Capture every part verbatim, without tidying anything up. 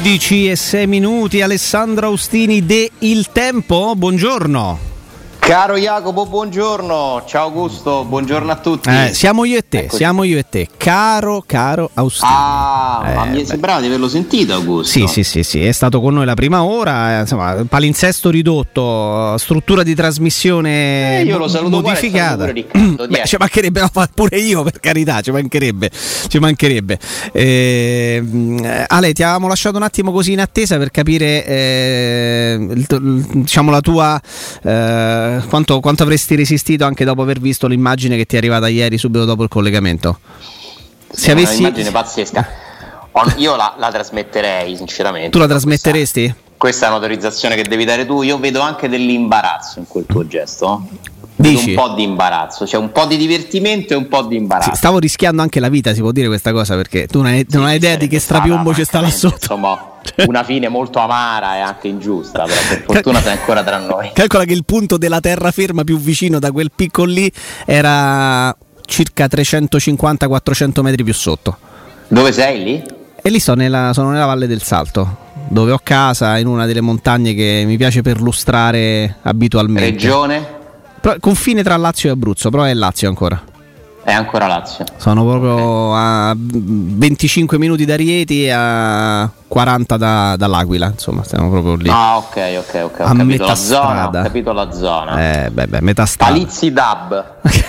undici e sei minuti. Alessandro Austini de Il Tempo, buongiorno. Caro Jacopo, buongiorno. Ciao Augusto, buongiorno a tutti. Eh, siamo io e te, Eccoci. siamo io e te, caro caro Austini. Ah, eh, ma mi sembrava di averlo sentito, Augusto. Sì, sì, sì, sì, è stato con noi la prima ora, eh, insomma, palinsesto ridotto, struttura di trasmissione Eh, io lo saluto modificata. Pure, Riccardo, Beh, ci mancherebbe, no, pure io, per carità, ci mancherebbe, ci mancherebbe. Eh, Ale, ti avevamo lasciato un attimo così in attesa per capire, eh, il, il, diciamo, la tua, eh, quanto, quanto avresti resistito anche dopo aver visto l'immagine che ti è arrivata ieri subito dopo il collegamento. Se Se avessi... un'immagine pazzesca. Io la, la trasmetterei, sinceramente. Tu la trasmetteresti? Questa, questa è un'autorizzazione che devi dare tu. Io vedo anche dell'imbarazzo in quel tuo gesto. Dici? Un po' di imbarazzo, cioè un po' di divertimento e un po' di imbarazzo. Sì, stavo rischiando anche la vita, si può dire questa cosa, perché tu non hai, Sì, non hai idea di che strapiombo c'è sta là sotto. Insomma, una fine molto amara e anche ingiusta, però per fortuna sei ancora tra noi. Calcola che il punto della terraferma più vicino da quel picco lì era circa trecentocinquanta quattrocento metri più sotto. Dove sei lì? E lì sto nella, sono nella Valle del Salto, dove ho casa in una delle montagne che mi piace perlustrare abitualmente. Regione? Però, confine tra Lazio e Abruzzo, però è Lazio ancora. È ancora Lazio. Sono proprio okay. A venticinque minuti da Rieti e a quaranta da, dall'Aquila, insomma, stiamo proprio lì. Ah, ok, ok, ok. Ho a capito metà la zona, strada. Ho capito la zona. Eh, beh, beh, metà strada. Palizzi Dab.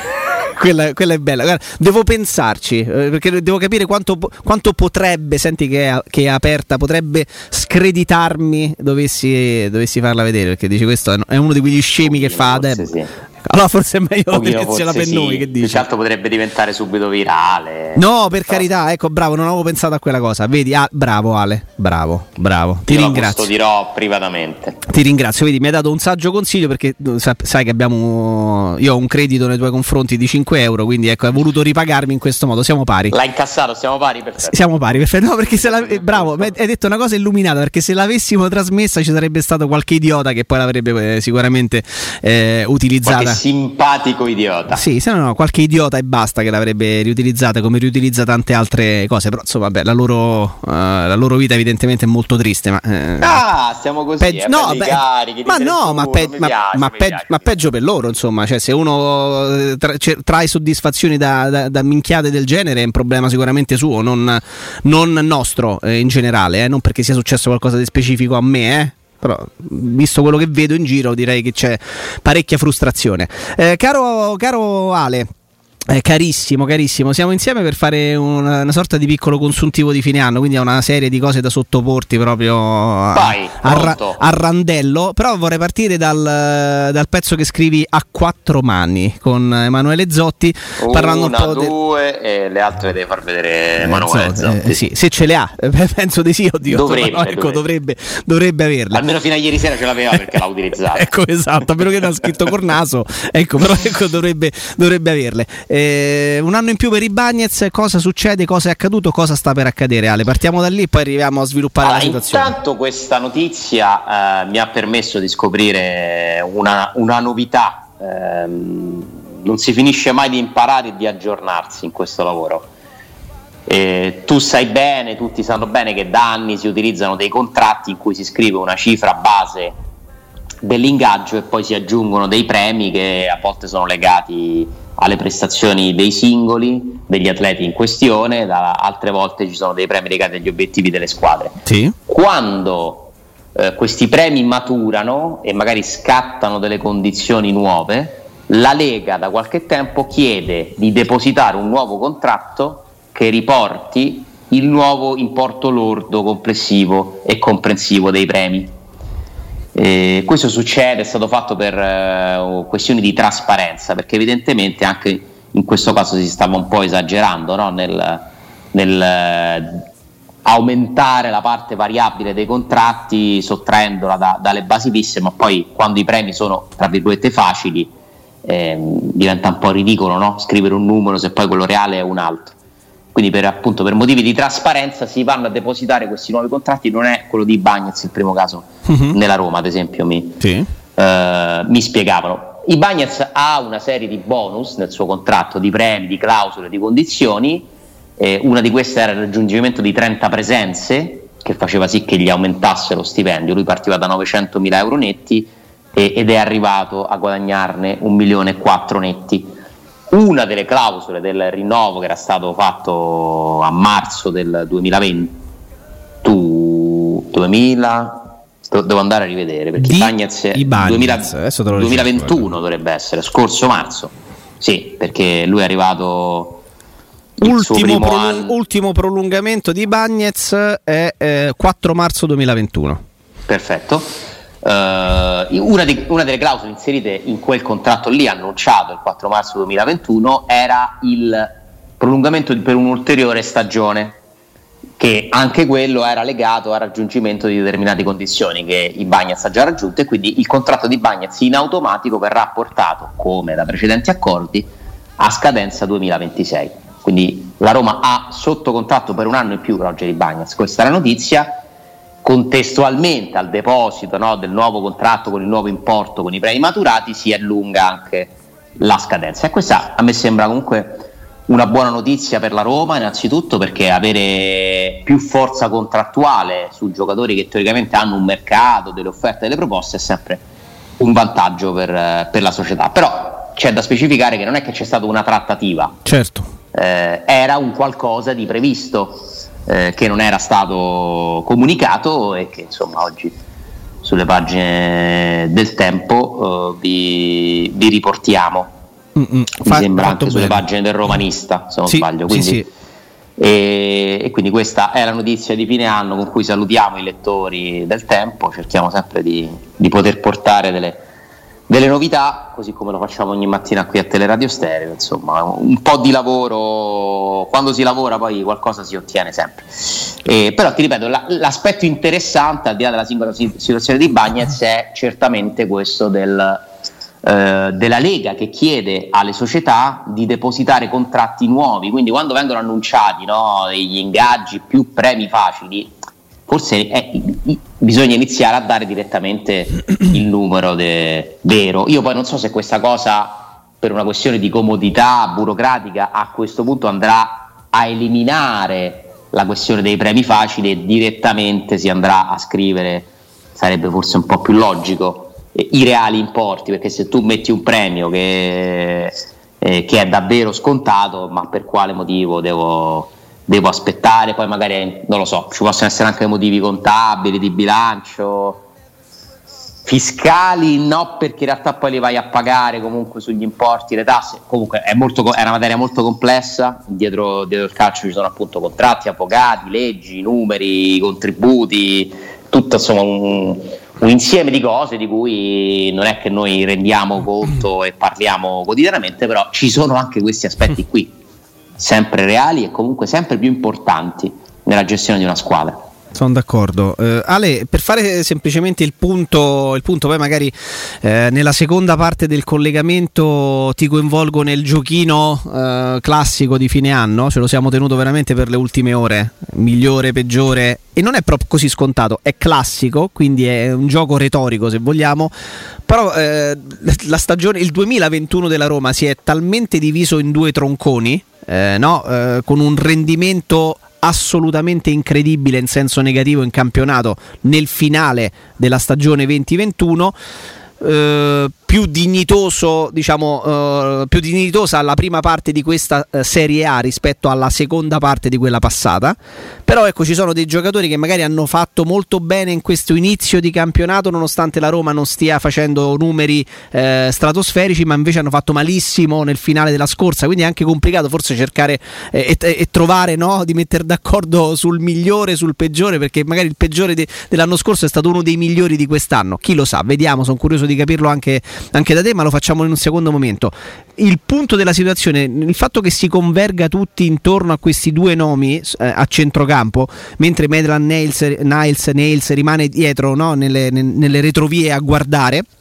quella, quella è bella. Guarda, devo pensarci, eh, perché devo capire quanto, quanto potrebbe, senti che è, che è aperta, potrebbe screditarmi dovessi, dovessi farla vedere, perché dici questo è uno di quegli scemi che fa Deb. Sì. Allora forse è meglio Pochino, tenersela per sì. noi, che dici? Certo potrebbe diventare subito virale. No, per so. carità, ecco, bravo, non avevo pensato a quella cosa. Vedi, ah, bravo Ale, bravo, bravo. Ti Io ringrazio. Lo dirò privatamente. Ti ringrazio, vedi, mi hai dato un saggio consiglio, perché sai che abbiamo, io ho un credito nei tuoi confronti di cinque euro, quindi ecco, hai voluto ripagarmi in questo modo, siamo pari. L'hai incassato, siamo pari, perfetto. Siamo pari, perfetto. No, perché se la, eh, bravo, hai detto una cosa illuminata, perché se l'avessimo trasmessa ci sarebbe stato qualche idiota che poi l'avrebbe eh, sicuramente eh, utilizzata. Qualche simpatico idiota. Sì, se no, no, qualche idiota e basta che l'avrebbe riutilizzata, come riutilizza tante altre cose, però insomma, vabbè, la loro, uh, la loro vita evidentemente è molto triste, ma eh, ah, stiamo così, peggio, eh, no, beh, carichi, ma no, ma, pe- ma, piace, ma, pe- piace. ma peggio per loro, insomma, cioè se uno tra- trae soddisfazioni da, da, da minchiate del genere è un problema sicuramente suo, non, non nostro eh, in generale, eh, non perché sia successo qualcosa di specifico a me, eh. Però visto quello che vedo in giro direi che c'è parecchia frustrazione. Eh, caro, caro Ale, eh, carissimo, carissimo, siamo insieme per fare una, una sorta di piccolo consuntivo di fine anno, quindi è una serie di cose da sottoporti proprio a, Vai, a, ra- a randello, però vorrei partire dal, dal pezzo che scrivi a quattro mani con Emanuele Zotti, parlando una, un po' due de... e le altre deve far vedere Emanuele Zotti, Zotti. Eh, sì, se ce le ha, penso di sì, oddio, dovrebbe, no, ecco, dovrebbe. dovrebbe, dovrebbe averle. Almeno fino a ieri sera ce l'aveva perché l'ha utilizzata. Ecco, esatto, a meno che non ha scritto Cornaso, ecco, però ecco, dovrebbe, dovrebbe averle. Eh, un anno in più per i Bagnets, cosa succede, cosa è accaduto, cosa sta per accadere, Ale? Partiamo da lì e poi arriviamo a sviluppare allora, la situazione. Intanto questa notizia eh, mi ha permesso di scoprire una, una novità, eh, non si finisce mai di imparare e di aggiornarsi in questo lavoro. Eh, tu sai bene, tutti sanno bene che da anni si utilizzano dei contratti in cui si scrive una cifra base dell'ingaggio e poi si aggiungono dei premi che a volte sono legati alle prestazioni dei singoli, degli atleti in questione, da altre volte ci sono dei premi legati agli obiettivi delle squadre. Sì. Quando eh, questi premi maturano e magari scattano delle condizioni nuove, la Lega da qualche tempo chiede di depositare un nuovo contratto che riporti il nuovo importo lordo complessivo e comprensivo dei premi. Eh, questo succede, è stato fatto per uh, questioni di trasparenza, perché evidentemente anche in questo caso si stava un po' esagerando, no? nel, nel uh, aumentare la parte variabile dei contratti sottraendola da, dalle basi fisse, ma poi quando i premi sono tra virgolette facili eh, diventa un po' ridicolo, no? Scrivere un numero se poi quello reale è un altro. Quindi per, appunto, per motivi di trasparenza si vanno a depositare questi nuovi contratti. Non è quello di Bagnets il primo caso, uh-huh. nella Roma ad esempio mi, sì. eh, mi spiegavano. I Bagnets ha una serie di bonus nel suo contratto, di premi, di clausole, di condizioni, eh, una di queste era il raggiungimento di trenta presenze che faceva sì che gli aumentasse lo stipendio. Lui partiva da novecentomila euro netti e, ed è arrivato a guadagnarne un milione e quattro netti. Una delle clausole del rinnovo che era stato fatto a marzo del duemilaventi duemila devo andare a rivedere perché Di, Bagnez, i Bagnez duemila, duemilaventuno dovrebbe essere, scorso marzo, sì, perché lui è arrivato ultimo, prolung- ultimo prolungamento di Bagnez è eh, quattro marzo duemilaventuno. Perfetto. Uh, una, di, una delle clausole inserite in quel contratto lì annunciato il quattro marzo duemilaventuno era il prolungamento per un'ulteriore stagione, che anche quello era legato al raggiungimento di determinate condizioni che i Bagnez ha già raggiunto, e quindi il contratto di Bagnez in automatico verrà portato, come da precedenti accordi, a scadenza duemilaventisei. Quindi la Roma ha sotto contratto per un anno in più Roger Ibañez, questa è la notizia. Contestualmente al deposito, no, del nuovo contratto con il nuovo importo, con i premi maturati, si allunga anche la scadenza, e questa a me sembra comunque una buona notizia per la Roma, innanzitutto perché avere più forza contrattuale su giocatori che teoricamente hanno un mercato, delle offerte, delle proposte, è sempre un vantaggio per, per la società. Però c'è da specificare che non è che c'è stata una trattativa, certo, eh, era un qualcosa di previsto, eh, che non era stato comunicato e che insomma oggi sulle pagine del Tempo eh, vi, vi riportiamo. Mm-mm. Mi Fa, sembra anche bene. Sulle pagine del Romanista, se non sì, sbaglio, quindi, sì, sì. E, e quindi questa è la notizia di fine anno con cui salutiamo i lettori del Tempo. Cerchiamo sempre di, di poter portare delle, delle novità, così come lo facciamo ogni mattina qui a Teleradio Stereo. Insomma, un po' di lavoro, quando si lavora poi qualcosa si ottiene sempre. E, però ti ripeto, la, l'aspetto interessante, al di là della singola situazione di Bagnez, è certamente questo del Uh, della Lega, che chiede alle società di depositare contratti nuovi. Quindi quando vengono annunciati, no, degli ingaggi più premi facili, forse è, bisogna iniziare a dare direttamente il numero de, vero. Io poi non so se questa cosa, per una questione di comodità burocratica, a questo punto andrà a eliminare la questione dei premi facili e direttamente si andrà a scrivere, sarebbe forse un po' più logico, i reali importi, perché se tu metti un premio che, eh, che è davvero scontato, ma per quale motivo devo, devo aspettare? Poi magari, non lo so, ci possono essere anche motivi contabili, di bilancio, fiscali, no, perché in realtà poi li vai a pagare comunque sugli importi, le tasse. Comunque è, molto, è una materia molto complessa. Dietro, dietro il calcio ci sono appunto contratti, avvocati, leggi, numeri, contributi, tutto insomma un un insieme di cose di cui non è che noi rendiamo conto e parliamo quotidianamente, però ci sono anche questi aspetti qui, sempre reali e comunque sempre più importanti nella gestione di una squadra. Sono d'accordo. Uh, Ale, per fare semplicemente il punto, il punto poi magari eh, nella seconda parte del collegamento ti coinvolgo nel giochino uh, classico di fine anno, ce lo siamo tenuto veramente per le ultime ore, migliore, peggiore, e non è proprio così scontato, è classico, quindi è un gioco retorico se vogliamo, però eh, la stagione, il duemilaventuno della Roma si è talmente diviso in due tronconi, eh, no? eh, con un rendimento assolutamente incredibile in senso negativo in campionato nel finale della stagione venti ventuno, eh, più dignitoso, diciamo, eh, più dignitosa la prima parte di questa eh, Serie A rispetto alla seconda parte di quella passata. Però ecco, ci sono dei giocatori che magari hanno fatto molto bene in questo inizio di campionato, nonostante la Roma non stia facendo numeri eh, stratosferici, ma invece hanno fatto malissimo nel finale della scorsa, quindi è anche complicato forse cercare eh, e, e trovare, no, di mettere d'accordo sul migliore, sul peggiore, perché magari il peggiore de- dell'anno scorso è stato uno dei migliori di quest'anno, chi lo sa, vediamo, sono curioso di capirlo anche anche da te, ma lo facciamo in un secondo momento. Il punto della situazione, il fatto che si converga tutti intorno a questi due nomi eh, a centrocampo, mentre Maitland Niles, Niles, Niles rimane dietro, no, nelle, nelle retrovie a guardare,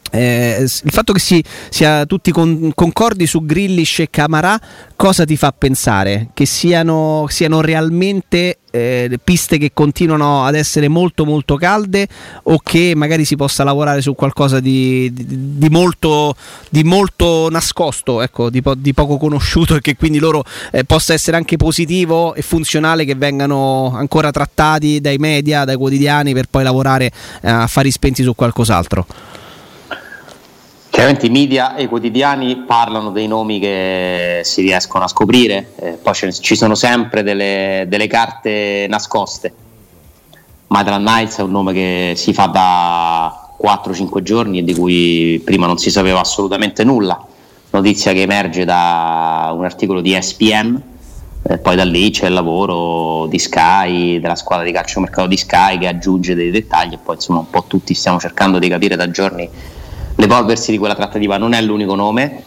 Eh, il fatto che si sia tutti con, concordi su Grealish e Camarà, cosa ti fa pensare? Che siano, siano realmente eh, piste che continuano ad essere molto molto calde, o che magari si possa lavorare su qualcosa di, di, di molto di molto nascosto, ecco, di, po- di poco conosciuto, e che quindi loro eh, possa essere anche positivo e funzionale che vengano ancora trattati dai media, dai quotidiani, per poi lavorare eh, a fari spenti su qualcos'altro? Chiaramente i media e i quotidiani parlano dei nomi che si riescono a scoprire, eh, poi ci sono sempre delle, delle carte nascoste. Maitland-Niles è un nome che si fa da quattro cinque giorni e di cui prima non si sapeva assolutamente nulla, notizia che emerge da un articolo di E S P N, eh, poi da lì c'è il lavoro di Sky, della squadra di calciomercato di Sky, che aggiunge dei dettagli, e poi insomma un po' tutti stiamo cercando di capire da giorni l'evolversi di quella trattativa. Non è l'unico nome,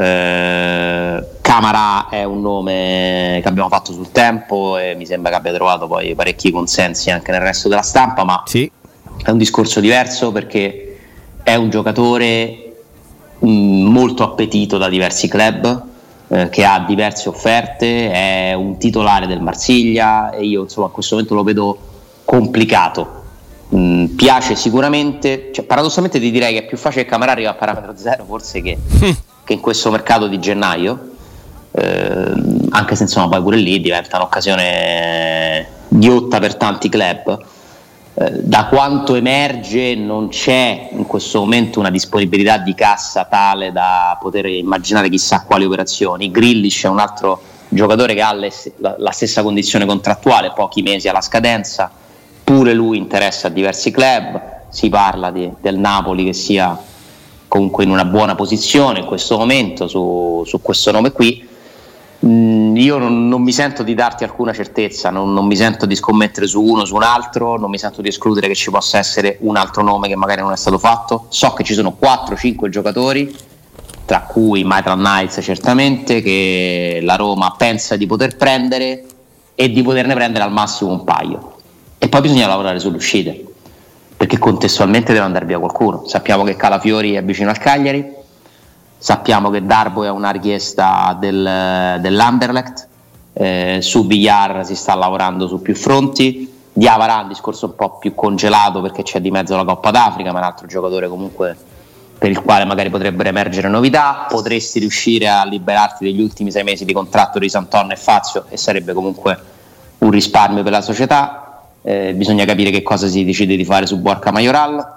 eh, Camarà è un nome che abbiamo fatto sul tempo e mi sembra che abbia trovato poi parecchi consensi anche nel resto della stampa, ma sì, è un discorso diverso, perché è un giocatore mh, molto appetito da diversi club, eh, che ha diverse offerte, è un titolare del Marsiglia e io insomma a questo momento lo vedo complicato. Mm, piace sicuramente, cioè, paradossalmente ti direi che è più facile che Camarà arrivi a parametro zero forse che, che in questo mercato di gennaio, eh, anche se insomma poi pure lì diventa un'occasione ghiotta per tanti club. Eh, da quanto emerge non c'è in questo momento una disponibilità di cassa tale da poter immaginare chissà quali operazioni. Grealish è un altro giocatore che ha le, la, la stessa condizione contrattuale, pochi mesi alla scadenza, pure lui interessa a diversi club, si parla di, del Napoli che sia comunque in una buona posizione in questo momento su, su questo nome qui. Mm, io non, non mi sento di darti alcuna certezza, non, non mi sento di scommettere su uno, su un altro, non mi sento di escludere che ci possa essere un altro nome che magari non è stato fatto. So che ci sono quattro cinque giocatori, tra cui Maitland-Niles certamente, che la Roma pensa di poter prendere e di poterne prendere al massimo un paio. E poi bisogna lavorare sulle uscite, perché contestualmente deve andare via qualcuno. Sappiamo che Calafiori è vicino al Cagliari, sappiamo che Darbo è una richiesta del, dell'Anderlecht, eh, su Villar si sta lavorando su più fronti, Diawara è un discorso un po' più congelato perché c'è di mezzo la Coppa d'Africa, ma è un altro giocatore comunque per il quale magari potrebbero emergere novità. Potresti riuscire a liberarti degli ultimi sei mesi di contratto di Santon e Fazio e sarebbe comunque un risparmio per la società. Eh, bisogna capire che cosa si decide di fare su Borca Majoral,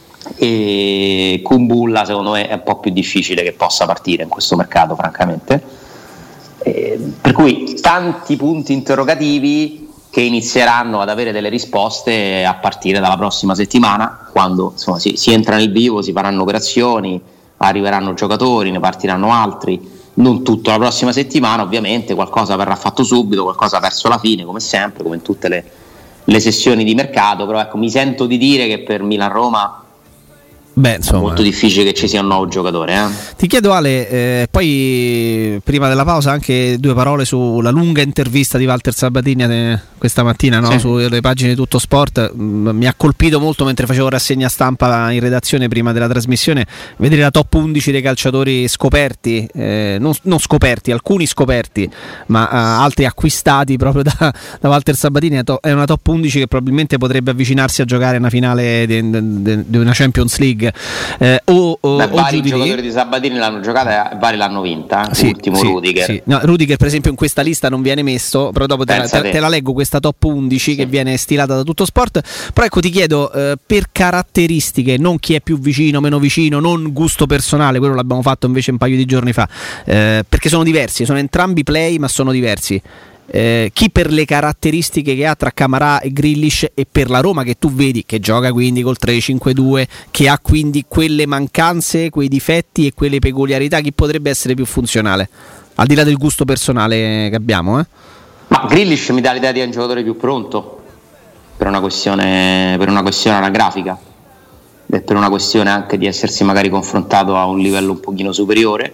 e Kumbulla secondo me è un po' più difficile che possa partire in questo mercato francamente, eh, per cui tanti punti interrogativi che inizieranno ad avere delle risposte a partire dalla prossima settimana, quando insomma, si, si entra nel vivo, si faranno operazioni, arriveranno giocatori, ne partiranno altri. Non tutto la prossima settimana ovviamente, qualcosa verrà fatto subito, qualcosa verso la fine, come sempre, come in tutte le le sessioni di mercato, però ecco, mi sento di dire che per Milan-Roma Beh, insomma, è molto difficile che ci sia un nuovo giocatore. Eh? Ti chiedo Ale, eh, poi prima della pausa anche due parole sulla lunga intervista di Walter Sabatini eh, questa mattina, no? Sì. Sulle pagine di Tutto Sport. Mm, mi ha colpito molto mentre facevo rassegna stampa in redazione prima della trasmissione vedere la top undici dei calciatori scoperti, eh, non, non scoperti, alcuni scoperti, ma uh, altri acquistati proprio da, da Walter Sabatini. È una top undici che probabilmente potrebbe avvicinarsi a giocare una finale di una Champions League. Eh, o, o, Beh, o vari giocatori di Sabatini l'hanno giocata e vari l'hanno vinta, eh? Sì, l'ultimo sì, Rudiger. Sì. No, Rudiger per esempio in questa lista non viene messo, però dopo te la, te, te la leggo questa top undici sì. che viene stilata da Tutto Sport. Però ecco, ti chiedo eh, per caratteristiche, non chi è più vicino, meno vicino, non gusto personale, quello l'abbiamo fatto invece un paio di giorni fa, eh, perché sono diversi, sono entrambi play ma sono diversi. Eh, chi per le caratteristiche che ha tra Camarà e Grealish, e per la Roma che tu vedi che gioca quindi col tre cinque due, che ha quindi quelle mancanze, quei difetti e quelle peculiarità, chi potrebbe essere più funzionale al di là del gusto personale che abbiamo? Eh? Ma Grealish mi dà l'idea di un giocatore più pronto per una questione per una questione anagrafica e per una questione anche di essersi magari confrontato a un livello un pochino superiore.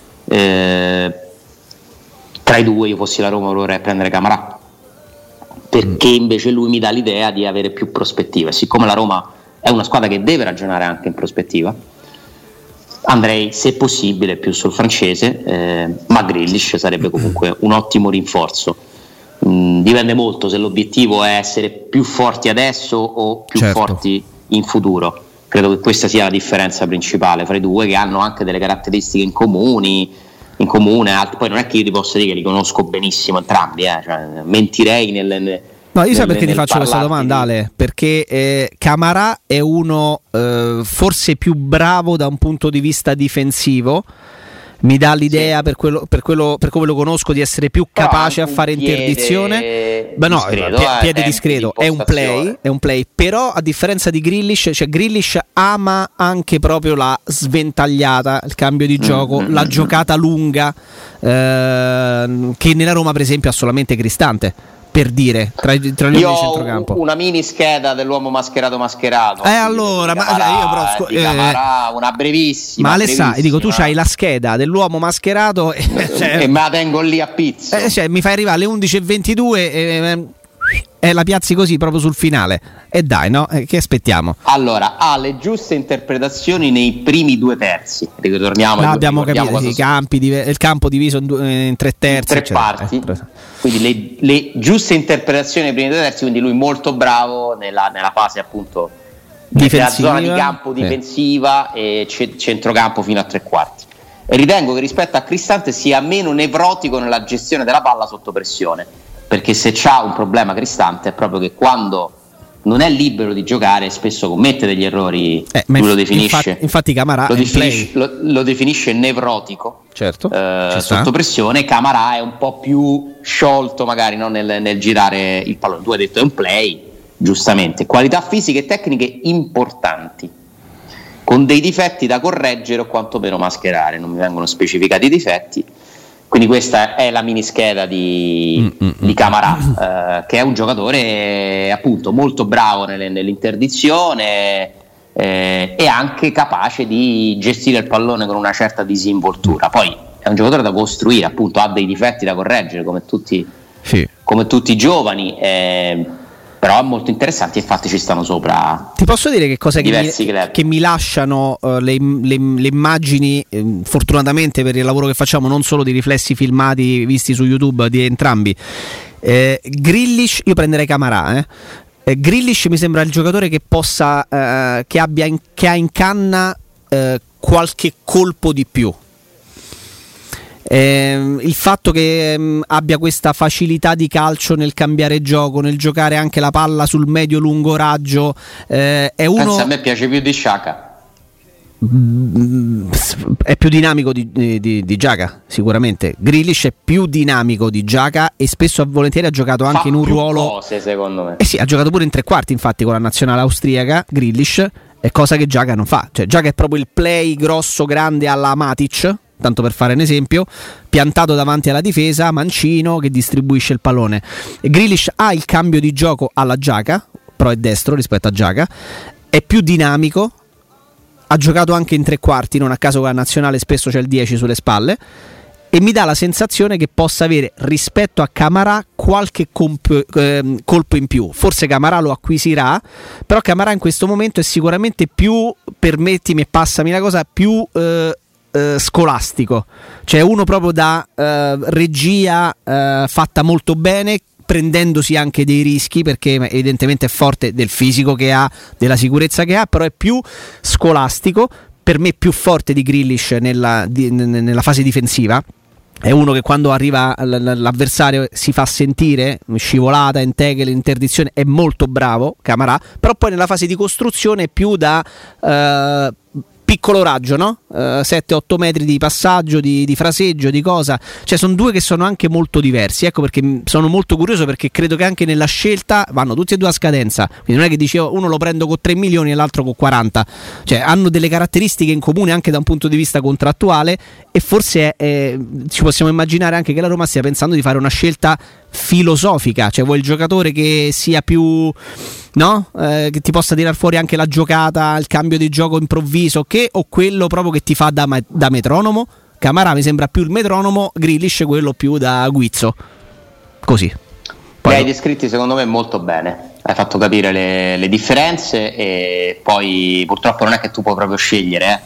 eh, Tra i due, io fossi la Roma vorrei prendere Camarà, perché invece lui mi dà l'idea di avere più prospettive. Siccome la Roma è una squadra che deve ragionare anche in prospettiva, andrei se possibile più sul francese, eh, ma Grealish sarebbe comunque un ottimo rinforzo. Mm, dipende molto se l'obiettivo è essere più forti adesso o più certo. forti in futuro. Credo che questa sia la differenza principale fra i due, che hanno anche delle caratteristiche in comuni, in comune. Poi non è che io ti possa dire che li conosco benissimo entrambi, eh, cioè, mentirei nel, nel no, io sai nel, perché ti faccio questa domanda, di... Ale? Perché eh, Camarà è uno eh, forse più bravo da un punto di vista difensivo. Mi dà l'idea, sì. per, quello, per, quello, per come lo conosco, di essere più capace a fare interdizione. Beh, no, discreto, pie- eh, piede discreto, è un play, è un play. Però a differenza di Grealish, cioè Grealish ama anche proprio la sventagliata, il cambio di gioco, mm-hmm. la giocata lunga, eh, che nella Roma per esempio ha solamente Cristante. Per dire, tra, tra gli uomini di centrocampo. Una mini scheda dell'uomo mascherato mascherato. Eh allora, ma Camarà, io però scu- di Camarà, una brevissima. Ma Alessà, dico, tu brevissima. c'hai la scheda dell'uomo mascherato e, cioè, e me la tengo lì a pizzo. Eh, cioè, mi fai arrivare alle undici e ventidue e, e la piazzi così proprio sul finale. E dai, no? Eh, che aspettiamo? Allora, ha le giuste interpretazioni nei primi due terzi. Ritorniamo. No, abbiamo capito, sì, i campi, il campo diviso in, due, in tre terzi. In tre parti. Eh, quindi le, le giuste interpretazioni nei primi due terzi, quindi lui molto bravo nella, nella fase appunto difensiva, nella zona di campo difensiva, sì. E c- centrocampo fino a tre quarti. E ritengo che rispetto a Cristante sia meno nevrotico nella gestione della palla sotto pressione, perché se c'ha un problema Cristante è proprio che quando non è libero di giocare spesso commette degli errori, eh, lui lo definisce infatti, infatti Camarà lo definisce, lo, lo definisce nevrotico, certo, eh, sotto pressione. Camarà è un po' più sciolto magari, no, nel, nel girare il pallone. Tu hai detto è un play, giustamente, qualità fisiche e tecniche importanti, con dei difetti da correggere o quantomeno mascherare, non mi vengono specificati i difetti. Quindi questa è la mini scheda di, mm, mm, di Camarà, eh, che è un giocatore appunto molto bravo nelle, nell'interdizione, eh, e anche capace di gestire il pallone con una certa disinvoltura. Poi è un giocatore da costruire, appunto ha dei difetti da correggere come tutti, sì. come tutti i giovani, eh, però è molto interessante, infatti ci stanno sopra. Ti posso dire che cosa che mi, che mi lasciano uh, le, le, le immagini, eh, fortunatamente per il lavoro che facciamo, non solo di riflessi filmati visti su YouTube di entrambi. eh, Grealish, io prenderei Camarà, eh. eh, Grealish mi sembra il giocatore che possa uh, che abbia in, che ha in canna uh, qualche colpo di più. Eh, il fatto che ehm, abbia questa facilità di calcio nel cambiare gioco, nel giocare anche la palla sul medio-lungo raggio, eh, è uno. Pensa, a me piace più di Xhaka. È più dinamico di, di, di Xhaka, sicuramente. Grealish è più dinamico di Xhaka e spesso e volentieri ha giocato anche Fa in un più ruolo. Cose, secondo me. Eh sì, ha giocato pure in tre quarti, infatti, con la nazionale austriaca. Grealish è cosa che Xhaka non fa. Cioè, Xhaka è proprio il play grosso, grande alla Matic, tanto per fare un esempio, piantato davanti alla difesa, mancino, che distribuisce il pallone. E Grealish ha il cambio di gioco alla Xhaka, però è destro rispetto a Xhaka, è più dinamico, ha giocato anche in tre quarti, non a caso con la nazionale spesso c'è il dieci sulle spalle, e mi dà la sensazione che possa avere rispetto a Camarà qualche comp- eh, colpo in più. Forse Camarà lo acquisirà, però Camarà in questo momento è sicuramente più, permettimi e passami la cosa, più eh, Uh, scolastico, cioè uno proprio da uh, regia uh, fatta molto bene, prendendosi anche dei rischi, perché evidentemente è forte del fisico che ha, della sicurezza che ha, però è più scolastico, per me più forte di Grealish nella, di, nella fase difensiva. È uno che quando arriva l'avversario si fa sentire, scivolata, in tackle, in interdizione, è molto bravo Camarà, però poi nella fase di costruzione è più da uh, piccolo raggio, no? Uh, sette otto metri di passaggio, di, di fraseggio, di cosa. Cioè sono due che sono anche molto diversi. Ecco perché sono molto curioso, perché credo che anche nella scelta vanno tutti e due a scadenza. Quindi non è che dici oh, uno lo prendo con tre milioni e l'altro con quaranta. Cioè hanno delle caratteristiche in comune anche da un punto di vista contrattuale, e forse è, ci possiamo immaginare anche che la Roma stia pensando di fare una scelta filosofica, cioè vuoi il giocatore che sia più, no? Eh, che ti possa tirar fuori anche la giocata, il cambio di gioco improvviso, che o quello proprio che ti fa da, da metronomo. Camarà mi sembra più il metronomo, Grealish quello più da guizzo. Così. Poi hai descritti secondo me molto bene, hai fatto capire le, le differenze, e poi purtroppo non è che tu puoi proprio scegliere, eh.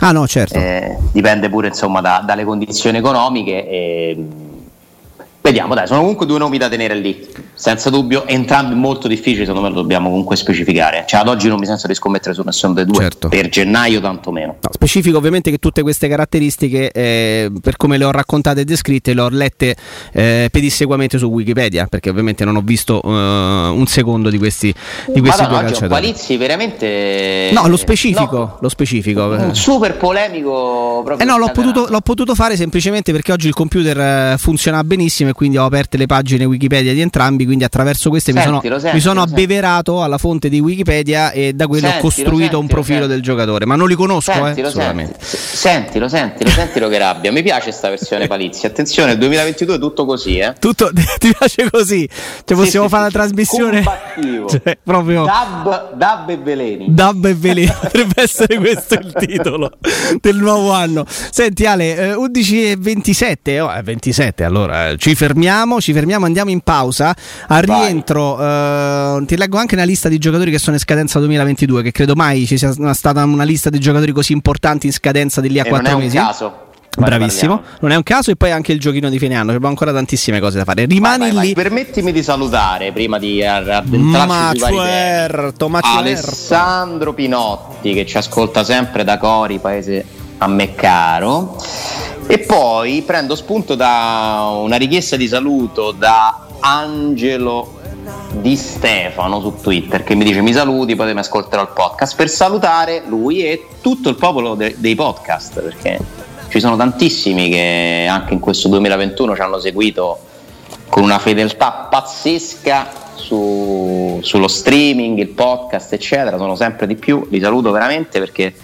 Ah no, certo. Eh, dipende pure insomma da, dalle condizioni economiche. E, vediamo, dai, sono comunque due nomi da tenere lì, senza dubbio, entrambi molto difficili, secondo me lo dobbiamo comunque specificare. Cioè ad oggi non mi sento di scommettere su nessuno dei due, certo. Per gennaio tantomeno. No, specifico ovviamente che tutte queste caratteristiche, eh, per come le ho raccontate e descritte, le ho lette eh, pedissequamente su Wikipedia, perché ovviamente non ho visto uh, un secondo di questi, di questi Madonna, due calciatori. Palizzi veramente... No, lo specifico, no, lo specifico. Un super polemico proprio. Eh no, l'ho potuto, l'ho potuto fare semplicemente perché oggi il computer uh, funziona benissimo, quindi ho aperte le pagine Wikipedia di entrambi, quindi attraverso queste sentilo, mi sono, sentilo, mi sono abbeverato alla fonte di Wikipedia e da quello sentilo, ho costruito sentilo, un profilo sentilo. del giocatore, ma non li conosco, sentilo, eh, assolutamente. Sentilo, sentilo, sentilo che rabbia. Mi piace sta versione Palizzi. Attenzione, il duemilaventidue è tutto così, eh. Tutto ti piace così? Cioè possiamo sì, fare sì, la trasmissione cioè, proprio Dab, Dab e Veleni. Dab e Veleni potrebbe essere questo il titolo del nuovo anno. Senti Ale, eh, undici e ventisette, oh, ventisette, allora eh, ci fermiamo, ci fermiamo, andiamo in pausa. Al rientro eh, ti leggo anche una lista di giocatori che sono in scadenza duemilaventidue, che credo mai ci sia stata una lista di giocatori così importanti in scadenza di lì a quattro mesi. Non è un caso. Bravissimo, non è un caso. E poi anche il giochino di fine anno, abbiamo ancora tantissime cose da fare. Rimani vai, vai, lì. Vai. Permettimi di salutare prima di addentrarci sui vari temi Alessandro Pinotti, che ci ascolta sempre da Cori, paese a me caro. E poi prendo spunto da una richiesta di saluto da Angelo Di Stefano su Twitter, che mi dice: mi saluti, poi mi ascolterò il podcast, per salutare lui e tutto il popolo de- dei podcast, perché ci sono tantissimi che anche in questo duemilaventuno ci hanno seguito con una fedeltà pazzesca su, sullo streaming, il podcast eccetera, sono sempre di più. Li saluto veramente perché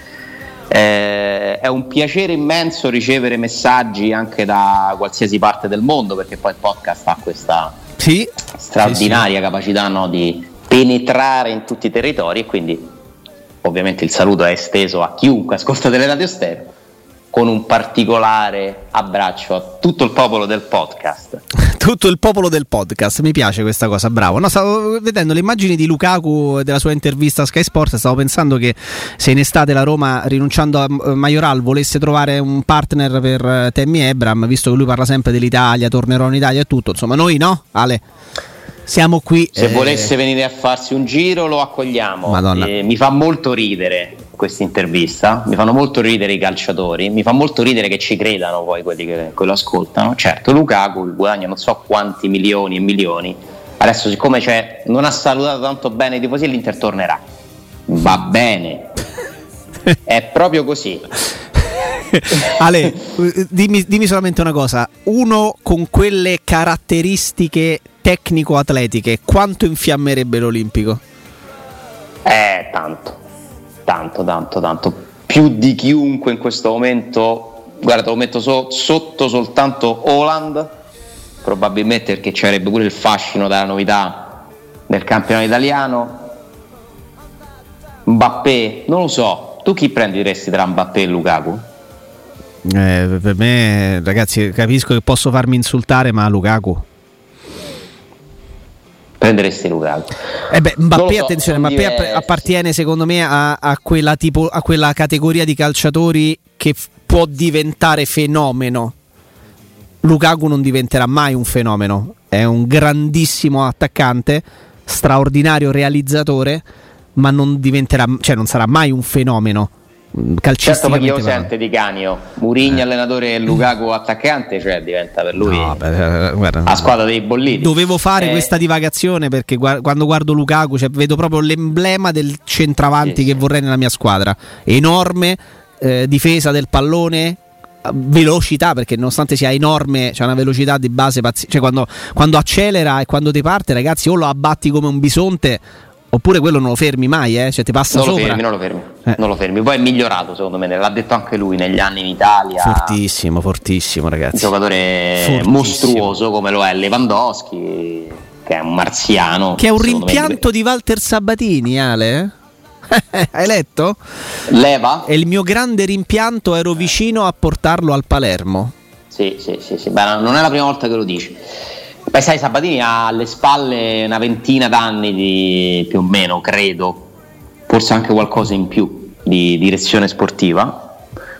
eh, è un piacere immenso ricevere messaggi anche da qualsiasi parte del mondo, perché poi il podcast ha questa sì, straordinaria sì, sì. capacità, no, di penetrare in tutti i territori, e quindi ovviamente il saluto è esteso a chiunque ascolta Teleradio Stereo, con un particolare abbraccio a tutto il popolo del podcast. Tutto il popolo del podcast, mi piace questa cosa, bravo. No, stavo vedendo le immagini di Lukaku e della sua intervista a Sky Sport, stavo pensando che se in estate la Roma, rinunciando a Majoral, volesse trovare un partner per Tammy Abraham, visto che lui parla sempre dell'Italia, tornerò in Italia e tutto, insomma noi no, Ale? Siamo qui. Se eh... volesse venire a farsi un giro lo accogliamo. Eh, mi fa molto ridere questa intervista, mi fanno molto ridere i calciatori, mi fa molto ridere che ci credano poi quelli che, che lo ascoltano. Certo, Lukaku il guadagno non so quanti milioni e milioni, adesso siccome c'è, non ha salutato tanto bene i tifosi, l'Inter tornerà, va bene, è proprio così. Ale, dimmi, dimmi solamente una cosa, uno con quelle caratteristiche tecnico-atletiche quanto infiammerebbe l'Olimpico? Eh, tanto tanto, tanto, tanto più di chiunque in questo momento. Guarda, te lo metto so, sotto soltanto Haaland, probabilmente, perché ci avrebbe pure il fascino della novità del campionato italiano. Mbappé, non lo so, tu chi prenderesti tra Mbappé e Lukaku? Eh, per me, ragazzi, capisco che posso farmi insultare, ma Lukaku. Prenderesti Lukaku? Eh beh, Mbappé, so, attenzione, Mbappé diversi. appartiene secondo me a, a quella tipo, a quella categoria di calciatori che f- può diventare fenomeno. Lukaku non diventerà mai un fenomeno, è un grandissimo attaccante, straordinario realizzatore, ma non diventerà, cioè non sarà mai un fenomeno. Certo, ma chi lo sente di Canio? Mourinho eh. allenatore e Lukaku attaccante, cioè diventa per lui no, beh, guarda, la squadra dei bolliti. Dovevo fare eh. questa divagazione perché guarda, quando guardo Lukaku, cioè, vedo proprio l'emblema del centravanti sì, che sì. vorrei nella mia squadra. Enorme, eh, difesa del pallone, velocità, perché nonostante sia enorme c'è una velocità di base pazzesca, cioè quando, quando accelera e quando ti parte, ragazzi, o lo abbatti come un bisonte oppure quello non lo fermi mai, eh? Cioè ti passa non sopra. Lo fermi, non lo fermi, eh. non lo fermi. Poi è migliorato, secondo me, l'ha detto anche lui negli anni in Italia. Fortissimo, fortissimo, ragazzi. Un giocatore fortissimo. Mostruoso come lo è Lewandowski, che è un marziano. Che è un rimpianto me... di Walter Sabatini, Ale? Hai letto? Leva? E il mio grande rimpianto, ero vicino a portarlo al Palermo. Sì, sì, sì, sì. Beh, non è la prima volta che lo dici. Beh, sai, Sabatini ha alle spalle una ventina d'anni di, più o meno, credo, forse anche qualcosa in più di direzione sportiva,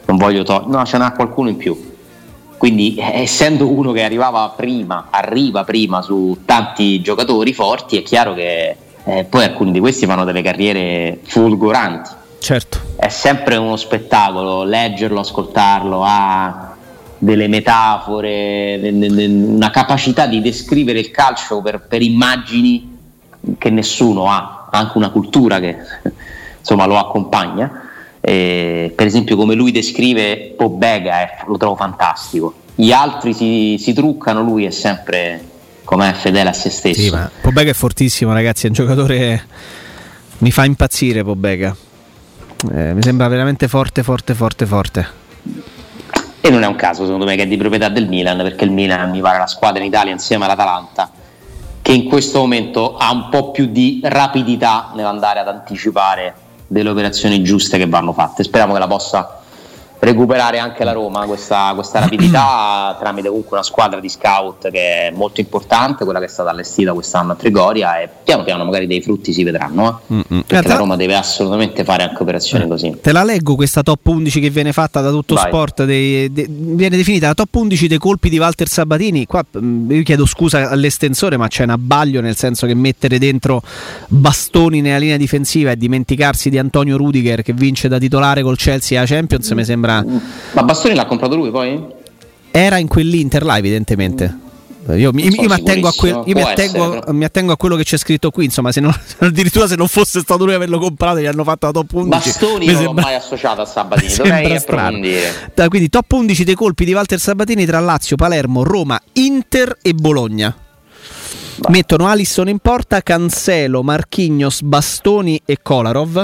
non voglio togliere, no, ce n'ha qualcuno in più. Quindi eh, essendo uno che arrivava prima, arriva prima su tanti giocatori forti, è chiaro che eh, poi alcuni di questi fanno delle carriere folgoranti. Certo. È sempre uno spettacolo leggerlo, ascoltarlo, ha delle metafore, una capacità di descrivere il calcio per, per immagini che nessuno ha, anche una cultura che insomma lo accompagna. Eh, per esempio come lui descrive Pobega, eh, lo trovo fantastico. Gli altri si, si truccano, lui è sempre com'è fedele a se stesso. Sì, ma Pobega è fortissimo, ragazzi, è un giocatore, mi fa impazzire Pobega, eh, mi sembra veramente forte forte forte forte. E non è un caso secondo me che è di proprietà del Milan, perché il Milan mi pare la squadra in Italia insieme all'Atalanta che in questo momento ha un po' più di rapidità nell'andare ad anticipare delle operazioni giuste che vanno fatte. Speriamo che la possa recuperare anche la Roma, questa, questa rapidità tramite comunque una squadra di scout che è molto importante, quella che è stata allestita quest'anno a Trigoria, e piano piano magari dei frutti si vedranno, eh? Mm-hmm. Perché la Roma deve assolutamente fare anche operazioni eh. così. Te la leggo questa top undici che viene fatta da Tutto Vai. Sport, dei, dei, viene definita la top undici dei colpi di Walter Sabatini. Qua io chiedo scusa all'estensore, ma c'è un abbaglio, nel senso che mettere dentro Bastoni nella linea difensiva e dimenticarsi di Antonio Rudiger che vince da titolare col Chelsea a Champions mm. mi sembra. Ma Bastoni l'ha comprato lui poi? Era in quell'Inter là evidentemente. Io mi, io mi, attengo, a quel, io mi, attengo, essere, mi attengo a quello che c'è scritto qui, insomma, se non, addirittura se non fosse stato lui a averlo comprato gli hanno fatto la top undici. Bastoni non l'ho mai associato a Sabatini, dovrei approfondire. Quindi top undici dei colpi di Walter Sabatini tra Lazio, Palermo, Roma, Inter e Bologna. Bah. Mettono Alisson in porta, Cancelo, Marquinhos, Bastoni e Kolarov.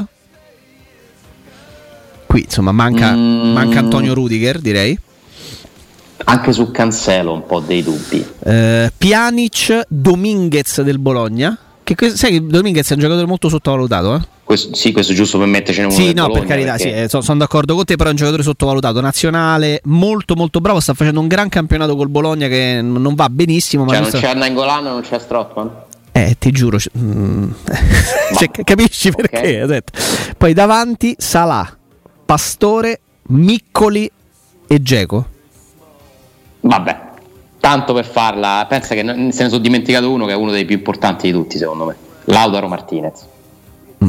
Qui insomma manca, mm. manca Antonio Rudiger, direi. Anche su Cancelo un po' dei dubbi. uh, Pjanic, Dominguez del Bologna, che sai che Dominguez è un giocatore molto sottovalutato, eh? Questo, sì, questo è giusto per metterci in uno. Sì, no, Bologna, per carità, perché... sì, eh, sono, sono d'accordo con te, però è un giocatore sottovalutato, nazionale, molto molto bravo, sta facendo un gran campionato col Bologna che non va benissimo. Cioè ma non c'è Nainggolan, non c'è Strootman? Eh, ti giuro, mm, cioè, capisci perché? Okay. Poi davanti Salah, Pastore, Miccoli e Dzeko. Vabbè, tanto per farla, pensa che se ne sono dimenticato uno che è uno dei più importanti di tutti secondo me, Lautaro Martinez. Mm.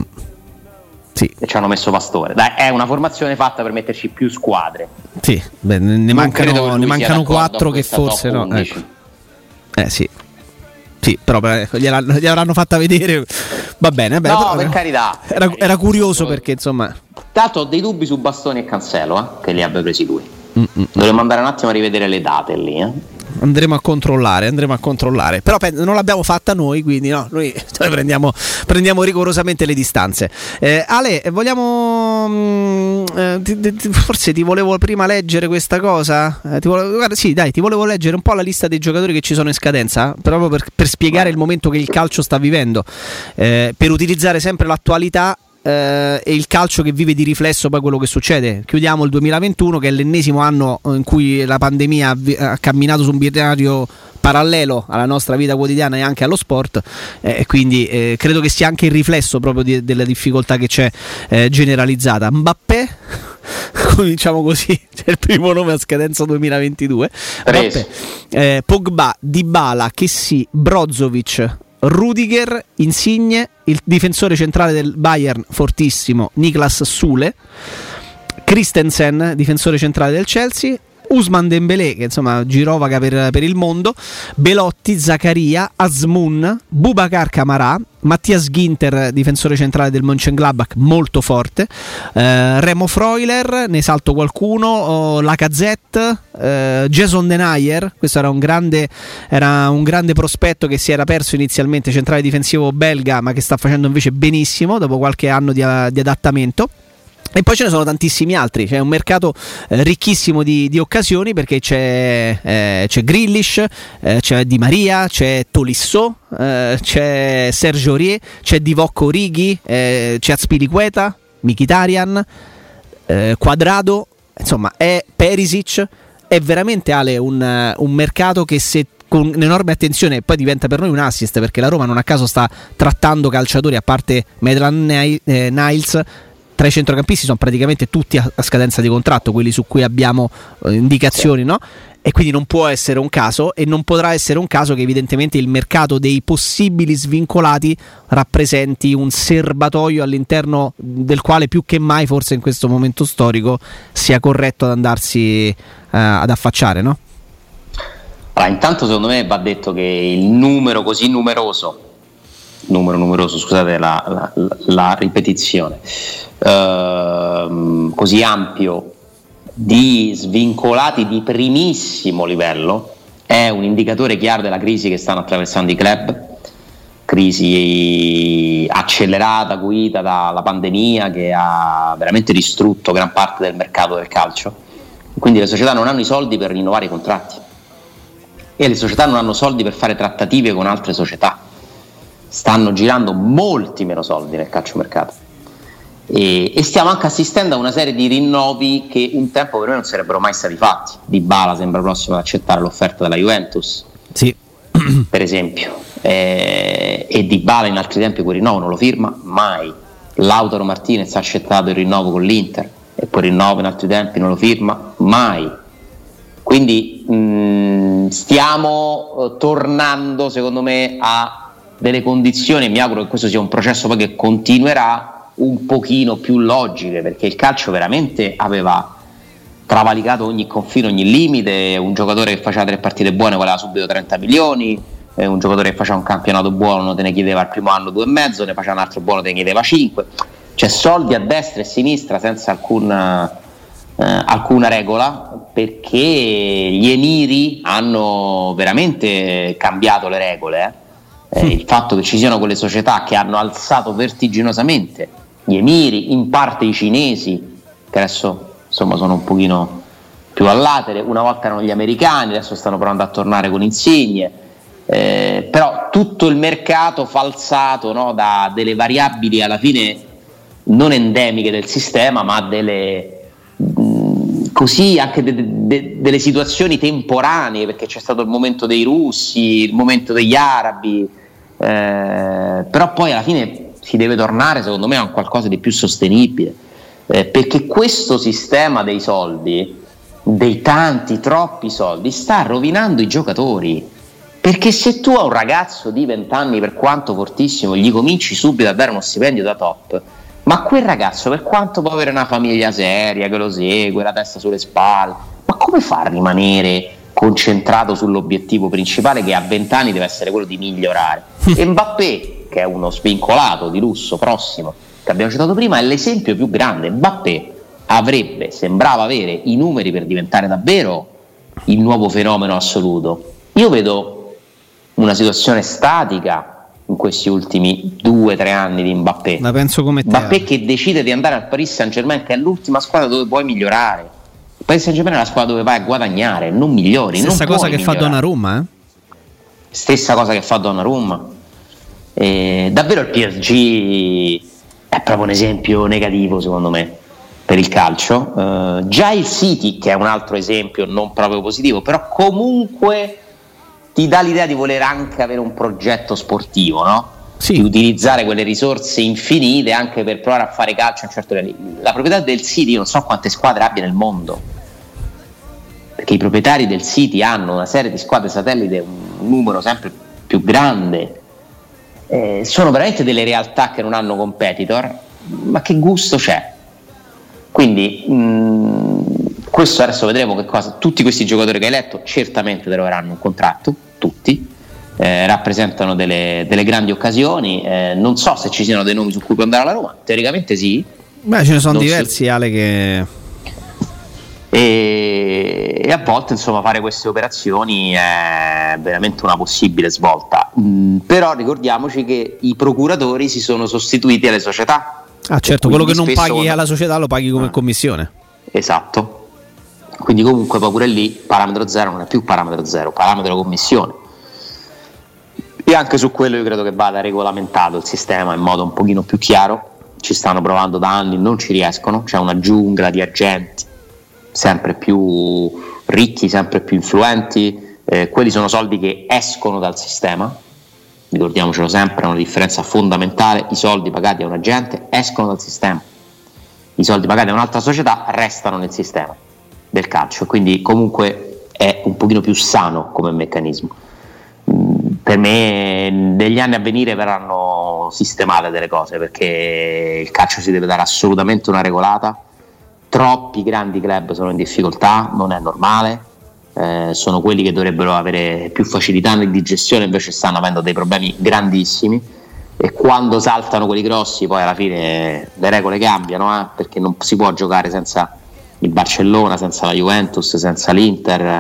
Sì. E ci hanno messo Pastore. Dai, è una formazione fatta per metterci più squadre. Sì, beh, ne mancano, ne mancano quattro che forse no. Ecco. Eh sì. Sì, però gliel'hanno, gliel'hanno fatta vedere. Va bene, beh, no, per carità. Era, era curioso perché insomma. Tanto ho dei dubbi su Bastoni e Cancelo, eh, che li abbia presi lui. Mm-mm. Dovremmo andare un attimo a rivedere le date lì, eh. Andremo a controllare, andremo a controllare. Però non l'abbiamo fatta noi, quindi no, noi prendiamo, prendiamo rigorosamente le distanze. Eh, Ale, vogliamo mh, eh, ti, ti, forse ti volevo prima leggere questa cosa. Eh, ti volevo, guarda, sì, dai, ti volevo leggere un po' la lista dei giocatori che ci sono in scadenza, proprio per, per spiegare il momento che il calcio sta vivendo, eh, per utilizzare sempre l'attualità e il calcio che vive di riflesso poi quello che succede. Chiudiamo il duemilaventuno, che è l'ennesimo anno in cui la pandemia ha camminato su un binario parallelo alla nostra vita quotidiana e anche allo sport, e eh, quindi eh, credo che sia anche il riflesso proprio di, della difficoltà che c'è eh, generalizzata. Mbappé, cominciamo così, c'è il primo nome a scadenza duemilaventidue. Mbappé, eh, Pogba, Dybala, Kessie, Brozovic, Rudiger, Insigne, il difensore centrale del Bayern fortissimo Niklas Sule, Christensen, difensore centrale del Chelsea, Ousmane Dembélé che insomma girovaga per, per il mondo, Belotti, Zakaria, Azmoun, Boubacar Kamara, Mattias Ginter, difensore centrale del Mönchengladbach, molto forte, eh, Remo Freuler, ne salto qualcuno, oh, Lacazette, eh, Jason Denayer, questo era un grande era un grande prospetto che si era perso inizialmente, centrale difensivo belga, ma che sta facendo invece benissimo dopo qualche anno di, di adattamento. E poi ce ne sono tantissimi altri, c'è un mercato eh, ricchissimo di, di occasioni, perché c'è, eh, c'è Grealish, eh, c'è Di Maria, c'è Tolisso, eh, c'è Sergio Aurier, c'è Divock Origi, eh, c'è Azpilicueta, Mkhitaryan, eh, Quadrado, insomma è Perisic, è veramente Ale un, un mercato che, se con enorme attenzione, poi diventa per noi un assist, perché la Roma non a caso sta trattando calciatori, a parte Maitland Niles, tra i centrocampisti sono praticamente tutti a, a scadenza di contratto, quelli su cui abbiamo eh, indicazioni, no? E quindi non può essere un caso, e non potrà essere un caso che evidentemente il mercato dei possibili svincolati rappresenti un serbatoio all'interno del quale più che mai forse in questo momento storico sia corretto ad andarsi eh, ad affacciare, no? Allora, intanto secondo me va detto che il numero così numeroso numero numeroso, scusate la, la, la ripetizione, ehm, così ampio di svincolati di primissimo livello è un indicatore chiaro della crisi che stanno attraversando i club, crisi accelerata, acuita dalla pandemia che ha veramente distrutto gran parte del mercato del calcio. Quindi le società non hanno i soldi per rinnovare i contratti e le società non hanno soldi per fare trattative con altre società. Stanno girando molti meno soldi nel calciomercato e, e stiamo anche assistendo a una serie di rinnovi che un tempo per me non sarebbero mai stati fatti. Dybala sembra prossimo ad accettare l'offerta della Juventus, sì, per esempio, eh, e Dybala in altri tempi quel rinnovo non lo firma mai. Lautaro Martinez ha accettato il rinnovo con l'Inter e poi il rinnovo in altri tempi non lo firma mai. Quindi mh, stiamo eh, tornando secondo me a delle condizioni, e mi auguro che questo sia un processo poi che continuerà, un pochino più logiche, perché il calcio veramente aveva travalicato ogni confine, ogni limite. Un giocatore che faceva tre partite buone voleva subito trenta milioni, eh, un giocatore che faceva un campionato buono te ne chiedeva al primo anno due e mezzo, ne faceva un altro buono te ne chiedeva cinque, cioè soldi a destra e a sinistra senza alcun, eh, alcuna regola, perché gli emiri hanno veramente cambiato le regole, eh. Eh, il fatto che ci siano quelle società che hanno alzato vertiginosamente, gli emiri, in parte i cinesi, che adesso insomma sono un pochino più all'atere, una volta erano gli americani, adesso stanno provando a tornare con Insigne, eh, però tutto il mercato falsato, no, da delle variabili alla fine non endemiche del sistema, ma delle mh, così anche de, de, delle situazioni temporanee, perché c'è stato il momento dei russi, il momento degli arabi, eh, però poi alla fine si deve tornare secondo me a un qualcosa di più sostenibile, eh, perché questo sistema dei soldi, dei tanti, troppi soldi, sta rovinando i giocatori, perché se tu a un ragazzo di venti anni, per quanto fortissimo, gli cominci subito a dare uno stipendio da top, ma quel ragazzo, per quanto può avere una famiglia seria che lo segue, la testa sulle spalle, ma come fa a rimanere concentrato sull'obiettivo principale, che a venti anni deve essere quello di migliorare? E Mbappé, che è uno svincolato di lusso prossimo, che abbiamo citato prima, è l'esempio più grande. Mbappé avrebbe, sembrava avere i numeri per diventare davvero il nuovo fenomeno assoluto. Io vedo una situazione statica in questi ultimi due o tre anni di Mbappé. La penso come te. Mbappé che decide di andare al Paris Saint-Germain, che è l'ultima squadra dove puoi migliorare. Il Paris Saint-Germain è la squadra dove vai a guadagnare, non migliori. Stessa non cosa che migliorare. fa Donnarumma, eh? Stessa cosa che fa Donnarumma. E davvero il P S G è proprio un esempio negativo secondo me per il calcio. Uh, già il City, che è un altro esempio non proprio positivo, però comunque ti dà l'idea di voler anche avere un progetto sportivo, no? Sì. Di utilizzare quelle risorse infinite anche per provare a fare calcio a un certo livello. La proprietà del City, io non so quante squadre abbia nel mondo, perché i proprietari del City hanno una serie di squadre satellite, un numero sempre più grande, eh, sono veramente delle realtà che non hanno competitor, ma che gusto c'è? Quindi mh, questo adesso vedremo che cosa. Tutti questi giocatori che hai letto certamente troveranno un contratto, tutti, eh, rappresentano delle, delle grandi occasioni, eh, non so se ci siano dei nomi su cui può andare alla Roma, teoricamente sì. Beh, ce ne sono non diversi, so. Ale, che... E, e a volte insomma fare queste operazioni è veramente una possibile svolta, mm, però ricordiamoci che i procuratori si sono sostituiti alle società. Ah certo, quello che non paghi non... alla società lo paghi come ah. commissione. Esatto, quindi comunque poi pure lì parametro zero non è più parametro zero, parametro commissione, e anche su quello io credo che vada regolamentato il sistema in modo un pochino più chiaro. Ci stanno provando da anni, non ci riescono, c'è una giungla di agenti sempre più ricchi, sempre più influenti, eh, quelli sono soldi che escono dal sistema, ricordiamocelo sempre, è una differenza fondamentale, i soldi pagati a un agente escono dal sistema, i soldi pagati da un'altra società restano nel sistema del calcio, quindi comunque è un pochino più sano come meccanismo. Per me negli anni a venire verranno sistemate delle cose, perché il calcio si deve dare assolutamente una regolata. Troppi grandi club sono in difficoltà, non è normale, eh, sono quelli che dovrebbero avere più facilità di gestione, invece stanno avendo dei problemi grandissimi, e quando saltano quelli grossi poi alla fine le regole cambiano, eh, perché non si può giocare senza il Barcellona, senza la Juventus, senza l'Inter,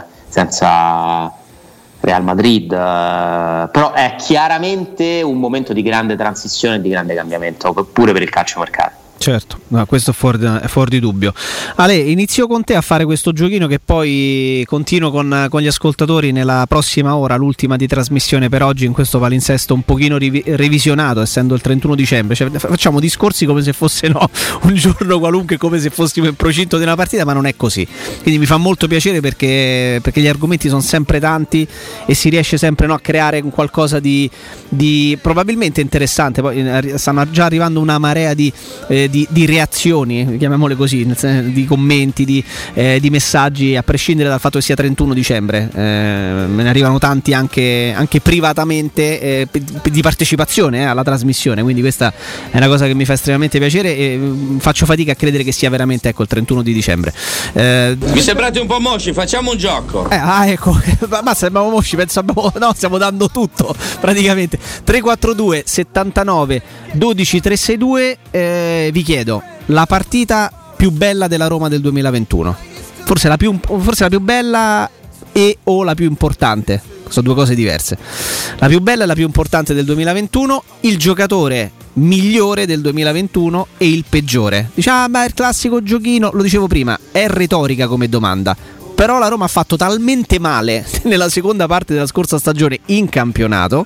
senza Real Madrid, eh, però è chiaramente un momento di grande transizione e di grande cambiamento pure per il calciomercato. Certo, no, questo è fuori, è fuori di dubbio. Ale, inizio con te a fare questo giochino che poi continuo con, con gli ascoltatori nella prossima ora, l'ultima di trasmissione per oggi in questo palinsesto un pochino rivi- revisionato, essendo il trentuno dicembre, cioè, facciamo discorsi come se fosse no, un giorno qualunque, come se fossimo in procinto di una partita, ma non è così, quindi mi fa molto piacere perché, perché gli argomenti sono sempre tanti e si riesce sempre no, a creare qualcosa di, di probabilmente interessante. Poi stanno già arrivando una marea di eh, Di, di reazioni, chiamiamole così, di commenti, di, eh, di messaggi, a prescindere dal fatto che sia trentuno dicembre, eh, me ne arrivano tanti anche, anche privatamente eh, di partecipazione eh, alla trasmissione, quindi questa è una cosa che mi fa estremamente piacere e mh, faccio fatica a credere che sia veramente ecco il trentuno di dicembre. Eh, mi sembrate un po' mosci, facciamo un gioco. Eh, ah ecco, ma abbiamo mosci, penso abbiamo, no, stiamo dando tutto praticamente. Tre quattro due settantanove dodici trecentosessantadue, eh, vi chiedo la partita più bella della Roma del duemilaventuno, forse la più, forse la più bella e o la più importante, sono due cose diverse. La più bella e la più importante del duemilaventuno, il giocatore migliore del duemilaventuno e il peggiore. Diciamo, ah, ma il classico giochino, lo dicevo prima, è retorica come domanda, però la Roma ha fatto talmente male nella seconda parte della scorsa stagione in campionato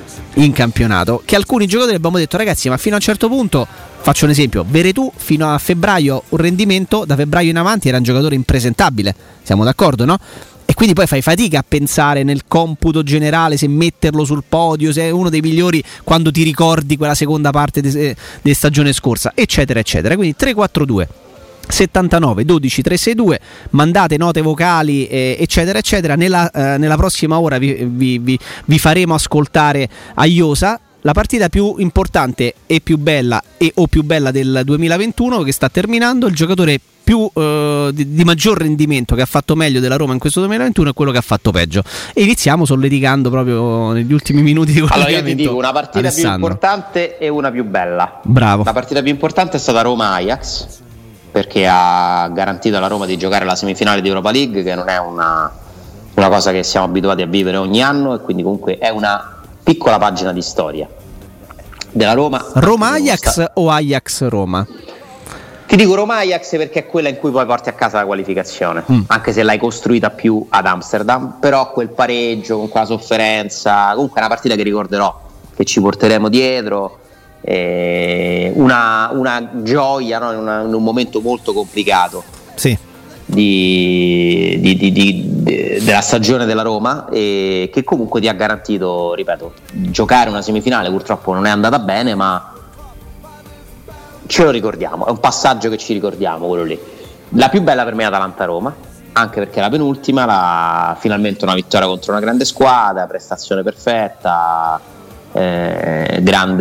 in campionato che alcuni giocatori abbiamo detto ragazzi, ma fino a un certo punto, faccio un esempio, Veretù fino a febbraio un rendimento, da febbraio in avanti era un giocatore impresentabile, siamo d'accordo, no? E quindi poi fai fatica a pensare nel computo generale se metterlo sul podio, se è uno dei migliori quando ti ricordi quella seconda parte di de stagione scorsa, eccetera eccetera. Quindi tre quattro due settantanove dodici trecentossantadue, mandate note vocali eh, eccetera eccetera. Nella, eh, nella prossima ora vi, vi, vi, vi faremo ascoltare a Iosa la partita più importante e più bella e o più bella del duemilaventuno che sta terminando, il giocatore più eh, di, di maggior rendimento che ha fatto meglio della Roma in questo duemilaventuno è quello che ha fatto peggio, e iniziamo solleticando proprio negli ultimi minuti di allora io ti dico una partita Alessandro. più importante e una più bella. Bravo. La partita più importante è stata Roma-Ajax, perché ha garantito alla Roma di giocare la semifinale di Europa League, che non è una, una cosa che siamo abituati a vivere ogni anno, e quindi comunque è una piccola pagina di storia della Roma. Roma-Ajax o Ajax-Roma? Ti dico Roma-Ajax perché è quella in cui poi porti a casa la qualificazione, mm. anche se l'hai costruita più ad Amsterdam, però quel pareggio con quella sofferenza, comunque è una partita che ricorderò, che ci porteremo dietro. Eh, una, una gioia, no? in, una, in un momento molto complicato sì. di, di, di, di, di, della stagione della Roma, e che comunque ti ha garantito, ripeto, giocare una semifinale. Purtroppo non è andata bene, ma ce lo ricordiamo, è un passaggio che ci ricordiamo, quello lì. La più bella per me è Atalanta-Roma, anche perché la penultima, la, finalmente una vittoria contro una grande squadra, prestazione perfetta, Eh,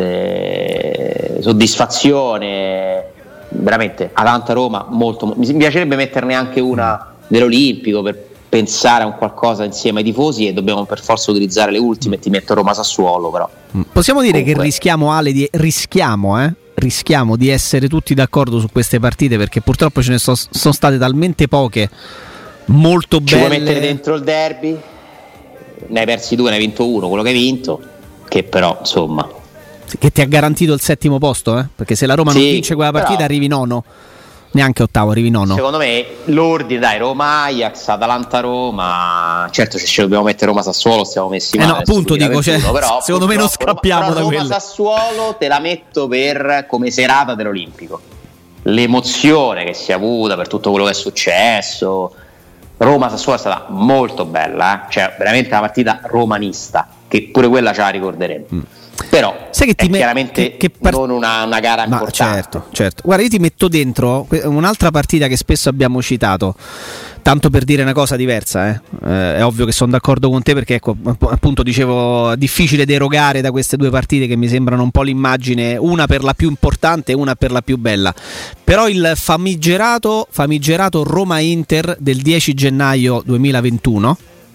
grande soddisfazione, veramente. Atalanta-Roma molto, mi piacerebbe metterne anche una dell'Olimpico per pensare a un qualcosa insieme ai tifosi, e dobbiamo per forza utilizzare le ultime, e ti metto Roma-Sassuolo. Però possiamo dire comunque, che rischiamo Ale di, rischiamo eh rischiamo di essere tutti d'accordo su queste partite, perché purtroppo ce ne so, sono state talmente poche molto belle. Ci puoi mettere dentro il derby, ne hai persi due, ne hai vinto uno, quello che hai vinto, che però insomma che ti ha garantito il settimo posto, eh? Perché se la Roma sì, non vince quella partita però, arrivi nono, neanche ottavo, arrivi nono. Secondo me l'ordine, dai, Roma-Ajax, Atalanta-Roma, certo se ci dobbiamo mettere Roma-Sassuolo stiamo messi male, eh no, appunto dico, cioè, però, secondo me non scappiamo Roma, da quello. Roma-Sassuolo te la metto per come serata dell'Olimpico, l'emozione che si è avuta per tutto quello che è successo. Roma-Sassuolo è stata molto bella, eh? Cioè veramente una partita romanista, che pure quella ce la ricorderemo. Mm. Però sai che ti è me- chiaramente che, che par- non una, una gara Ma importante. certo, certo. Guarda, io ti metto dentro un'altra partita che spesso abbiamo citato, tanto per dire una cosa diversa, eh. Eh, è ovvio che sono d'accordo con te, perché ecco, appunto dicevo, difficile derogare da queste due partite che mi sembrano un po' l'immagine, una per la più importante e una per la più bella. Però il famigerato, famigerato Roma-Inter del dieci gennaio duemilaventuno,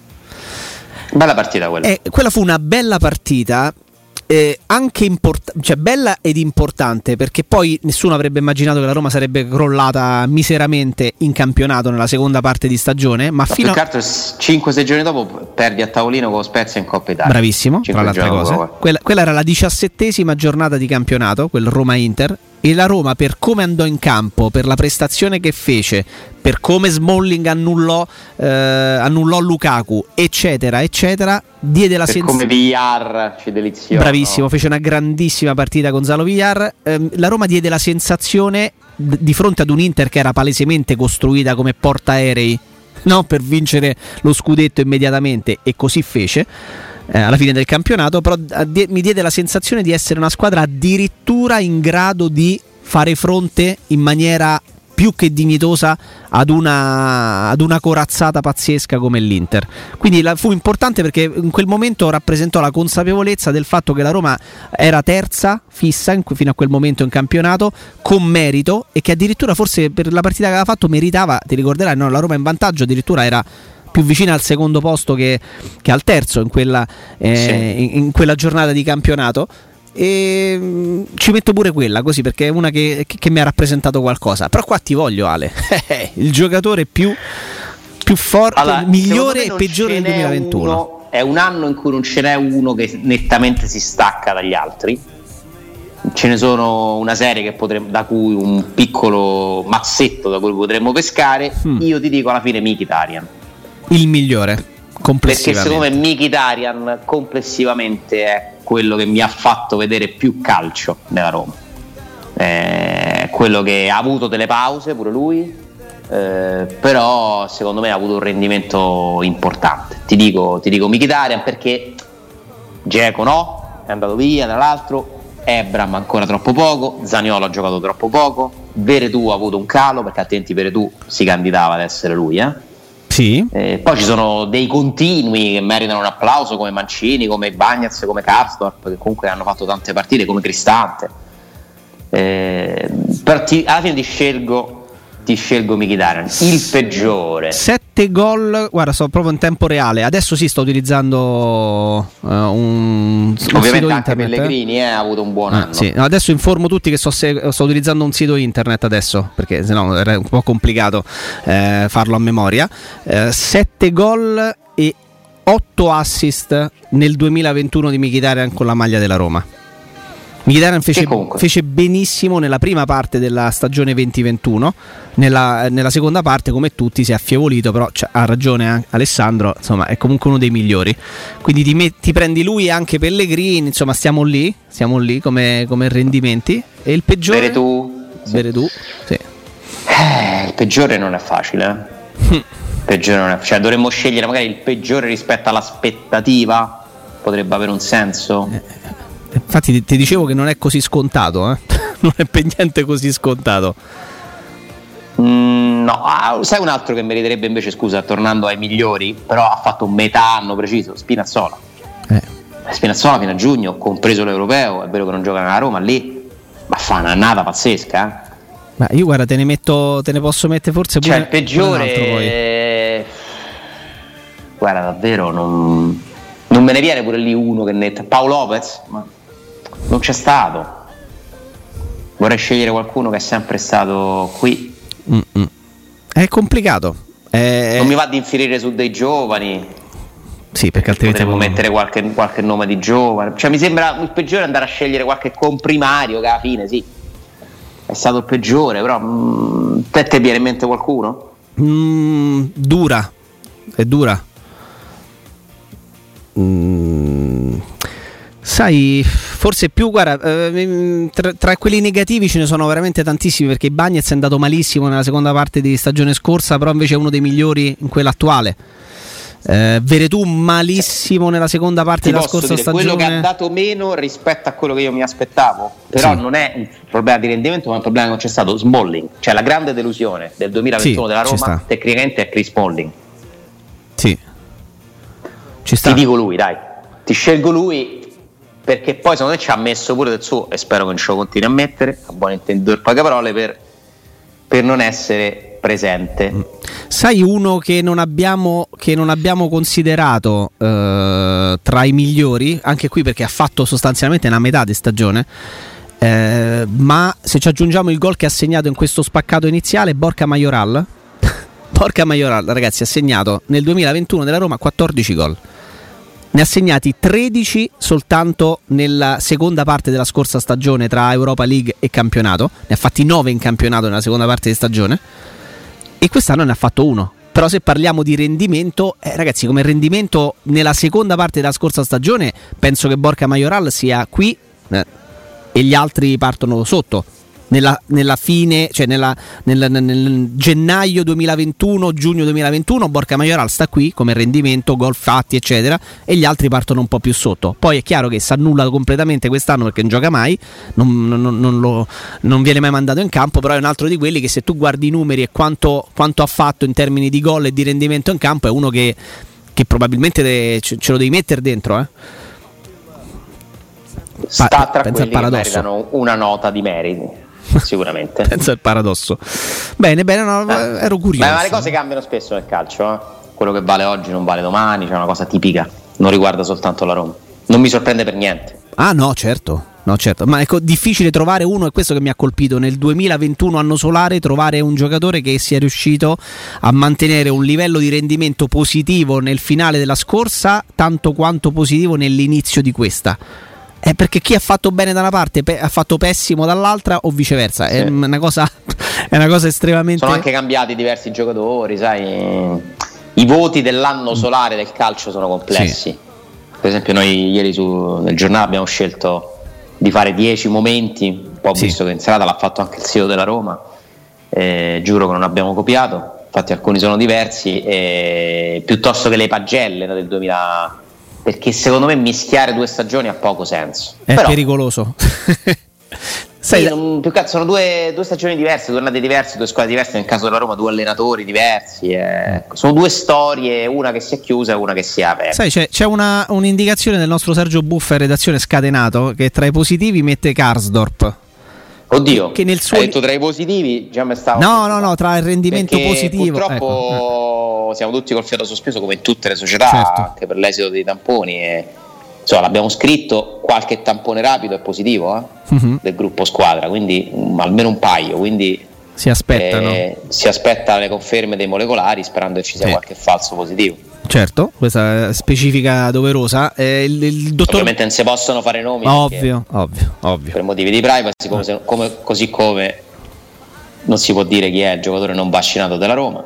bella partita quella. eh, quella fu una bella partita. Eh, anche import- cioè bella ed importante, perché poi nessuno avrebbe immaginato che la Roma sarebbe crollata miseramente in campionato nella seconda parte di stagione, ma, ma fino a cinque sei giorni dopo perdi a tavolino con Spezia in Coppa Italia. Bravissimo, tra le altre cose. Quella, quella era la diciassettesima giornata di campionato, quel Roma-Inter, e la Roma, per come andò in campo, per la prestazione che fece, per come Smalling annullò, eh, annullò Lukaku, eccetera, eccetera, diede la sensazione. Come Villar ci deliziò. Bravissimo, fece una grandissima partita Gonzalo Villar. Eh, la Roma diede la sensazione d- di fronte ad un Inter che era palesemente costruita come portaerei, no, per vincere lo scudetto immediatamente, e così fece. Eh, alla fine del campionato, però die- mi diede la sensazione di essere una squadra addirittura in grado di fare fronte in maniera più che dignitosa ad una, ad una corazzata pazzesca come l'Inter. Quindi la, fu importante perché in quel momento rappresentò la consapevolezza del fatto che la Roma era terza fissa in, fino a quel momento in campionato, con merito, e che addirittura forse per la partita che aveva fatto meritava, ti ricorderai, no? La Roma in vantaggio addirittura era più vicina al secondo posto che, che al terzo in quella, eh, sì. in, in quella giornata di campionato. E mh, ci metto pure quella così perché è una che, che, che mi ha rappresentato qualcosa. Però qua ti voglio, Ale, il giocatore più, più forte, allora, migliore e peggiore del duemilaventuno. Uno, è un anno in cui non ce n'è uno che nettamente si stacca dagli altri. Ce ne sono una serie che potremmo, da cui un piccolo mazzetto da cui potremmo pescare. hmm. Io ti dico alla fine Mkhitaryan, il migliore complessivamente, perché secondo me Mkhitaryan complessivamente è quello che mi ha fatto vedere più calcio nella Roma, eh, quello che ha avuto delle pause pure lui, eh, però secondo me ha avuto un rendimento importante. Ti dico, ti dico Mkhitaryan perché Dzeko no, è andato via, tra l'altro Ebram ancora troppo poco, Zaniolo ha giocato troppo poco, Veretout ha avuto un calo perché altrimenti Veretout si candidava ad essere lui, eh? Sì. Eh, poi ci sono dei continui che meritano un applauso, come Mancini, come Bagnaz, come Karsdorp, che comunque hanno fatto tante partite, come Cristante. Eh, però ti, alla fine ti scelgo ti scelgo Mkhitaryan, il peggiore. Sette gol, guarda, sto proprio in tempo reale. Adesso sì, sto utilizzando uh, un, un ovviamente sito anche internet. Pellegrini eh, ha avuto un buon ah, anno. Sì. No, adesso informo tutti che sto, se- sto utilizzando un sito internet adesso, perché sennò era un po' complicato eh, farlo a memoria. Eh, sette gol e otto assist nel duemilaventuno di Mkhitaryan con la maglia della Roma. Mkhitaryan fece, fece benissimo nella prima parte della stagione venti ventuno, nella, nella seconda parte come tutti si è affievolito, però ha ragione anche Alessandro, insomma è comunque uno dei migliori, quindi ti, met, ti prendi lui e anche Pellegrini, insomma stiamo lì, stiamo lì come, come rendimenti. E il peggiore? Veretout, Veretout, sì. Eh, il peggiore non è facile, eh? il peggiore non è, cioè dovremmo scegliere magari il peggiore rispetto all'aspettativa, potrebbe avere un senso. Eh. Infatti ti, ti dicevo che non è così scontato, eh? Non è per niente così scontato. Mm, no, ah, sai un altro che meriterebbe invece scusa, tornando ai migliori, però ha fatto un metà anno preciso, Spinazzola. Eh. Spinazzola fino a giugno, compreso l'Europeo, è vero che non gioca nella Roma lì, ma fa un'annata pazzesca. Eh? Ma io guarda, te ne metto, te ne posso mettere forse pure, cioè il peggiore. Pure un altro, poi. Guarda, davvero non, non me ne viene pure lì uno che netta. Paolo Lopez, ma non c'è stato. Vorrei scegliere qualcuno che è sempre stato qui. Mm-mm. È complicato. È... Non mi va di infierire su dei giovani. Sì, perché altrimenti potremmo mettere qualche, qualche nome di giovane. Cioè mi sembra il peggiore andare a scegliere qualche comprimario che alla fine sì è stato il peggiore, però mh, te ti viene in mente qualcuno? Mm, dura. È dura. Mm. Sai, forse più, guarda, eh, tra, tra quelli negativi ce ne sono veramente tantissimi, perché Bagnez è andato malissimo nella seconda parte di stagione scorsa, però invece è uno dei migliori in quella attuale. Eh, Veretù malissimo nella seconda parte Ti della posso scorsa dire, stagione. quello che ha dato meno rispetto a quello che io mi aspettavo, però sì. non è un problema di rendimento, ma è un problema che non c'è stato. Smalling, cioè la grande delusione del duemilaventuno sì, della Roma tecnicamente è Chris Smalling. Sì, ci sta. Ti dico lui, dai, ti scelgo lui perché poi secondo me ci ha messo pure del suo, e spero che non ce lo continui a mettere, a buon intenditore pagaparole, per, per non essere presente. Sai uno che non abbiamo, che non abbiamo considerato eh, tra i migliori, anche qui perché ha fatto sostanzialmente una metà di stagione, eh, ma se ci aggiungiamo il gol che ha segnato in questo spaccato iniziale, Borja Mayoral. Borja Mayoral, ragazzi, ha segnato nel duemilaventuno della Roma quattordici gol. Ne ha segnati tredici soltanto nella seconda parte della scorsa stagione tra Europa League e campionato. Ne ha fatti nove in campionato nella seconda parte di stagione. E quest'anno ne ha fatto uno. Però se parliamo di rendimento, eh, ragazzi, come rendimento nella seconda parte della scorsa stagione, penso che Borja Mayoral sia qui eh, e gli altri partono sotto. Nella, nella fine, cioè nella, nel, nel, nel gennaio duemilaventuno, giugno duemilaventuno, Borja Mayoral sta qui come rendimento, gol fatti, eccetera, e gli altri partono un po' più sotto. Poi è chiaro che si annulla completamente quest'anno perché non gioca mai, non, non, non, lo, non viene mai mandato in campo, però è un altro di quelli che se tu guardi i numeri e quanto, quanto ha fatto in termini di gol e di rendimento in campo, è uno che, che probabilmente te, ce, ce lo devi mettere dentro, eh. Sta Pa- tra pensa quelli al che paradosso. meritano una nota di meriti. Sicuramente. Pensa al paradosso. Bene, bene, no, eh. ero curioso. Ma le cose cambiano spesso nel calcio, eh? Quello che vale oggi non vale domani, c'è una cosa tipica, non riguarda soltanto la Roma. Non mi sorprende per niente. Ah no, certo, no, certo. Ma è ecco, difficile trovare uno, è questo che mi ha colpito nel duemilaventuno anno solare, trovare un giocatore che sia riuscito a mantenere un livello di rendimento positivo nel finale della scorsa, tanto quanto positivo nell'inizio di questa. È perché chi ha fatto bene da una parte pe- ha fatto pessimo dall'altra o viceversa. Sì. È una cosa, è una cosa estremamente. Sono anche cambiati diversi giocatori, sai. I voti dell'anno solare del calcio sono complessi. Sì. Per esempio, noi ieri su, nel giornale abbiamo scelto di fare dieci momenti. Un po' sì. Visto che in serata l'ha fatto anche il sito della Roma. Eh, giuro che non abbiamo copiato. Infatti, alcuni sono diversi. Eh, piuttosto che le pagelle del duemila. Perché secondo me mischiare due stagioni ha poco senso. È Però, pericoloso. Sì, non, più cazzo, sono due, due stagioni diverse, due annate diverse, due squadre diverse. Nel caso della Roma, due allenatori diversi. Eh. Sono due storie, una che si è chiusa e una che si è aperta. Sai, c'è, c'è una, un'indicazione del nostro Sergio Buffa in redazione Scatenato che tra i positivi mette Karsdorp. Oddio, che nel suo... hai detto tra i positivi, già mi stavo. No, no, no, tra il rendimento perché positivo. Purtroppo ecco. Siamo tutti col fiato sospeso come in tutte le società, certo. Anche per l'esito dei tamponi. E, insomma, l'abbiamo scritto, qualche tampone rapido è positivo eh, uh-huh. del gruppo squadra, quindi um, almeno un paio. Quindi si aspettano. Eh, si aspetta le conferme dei molecolari sperando che ci sia eh. qualche falso positivo. Certo, questa specifica doverosa. Eh, il, il dottor... Ovviamente non si possono fare nomi. Ovvio, ovvio, ovvio. Per motivi di privacy, come se, come, così come non si può dire chi è il giocatore non vaccinato della Roma.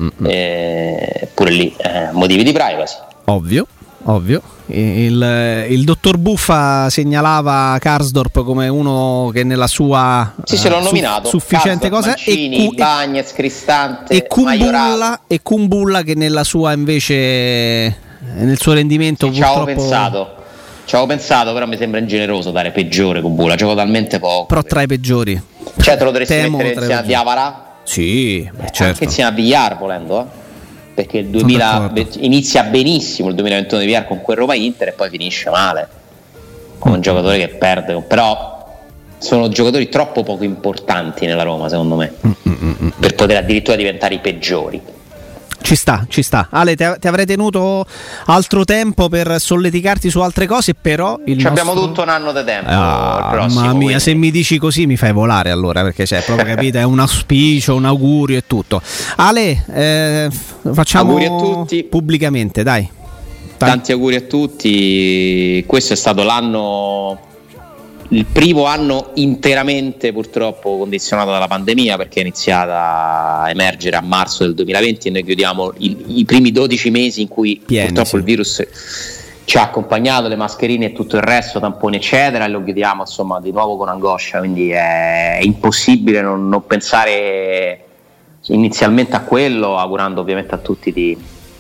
Eh, pure lì, eh, motivi di privacy. Ovvio, ovvio. Il, il dottor Buffa segnalava Karsdorp come uno che nella sua sì, se l'ho nominato. Su, sufficiente Karsdorp, cosa Mancini, e Cu- Bagnez, Cristante e Kumbulla, e Kumbulla che nella sua invece nel suo rendimento sì, purtroppo... ci avevo pensato ci avevo pensato però mi sembra ingeneroso dare peggiore Kumbulla, gioco talmente poco però tra i peggiori, cioè te lo dovresti Temo mettere insieme a Diawara? Sì, beh, certo. Anche insieme a Villar volendo eh perché il duemila inizia benissimo il duemilaventuno di Villar con quel Roma Inter e poi finisce male con un giocatore che perde, però sono giocatori troppo poco importanti nella Roma secondo me Mm-mm-mm. per poter addirittura diventare i peggiori. Ci sta, ci sta. Ale, ti, ti avrei tenuto altro tempo per solleticarti su altre cose, però il ci nostro... abbiamo tutto un anno di tempo. Ah, prossimo, mamma mia, quindi. Se mi dici così mi fai volare allora, perché c'è proprio capito, è un auspicio, un augurio e tutto. Ale, eh, facciamo auguri a tutti pubblicamente, dai. dai. Tanti auguri a tutti. Questo è stato l'anno, il primo anno interamente purtroppo condizionato dalla pandemia, perché è iniziata a emergere a marzo del duemilaventi e noi chiudiamo i, i primi dodici mesi in cui Pieni, purtroppo sì. il virus ci ha accompagnato, le mascherine e tutto il resto, tamponi eccetera, e lo chiudiamo insomma di nuovo con angoscia, quindi è, è impossibile non, non pensare inizialmente a quello, augurando ovviamente a tutti di,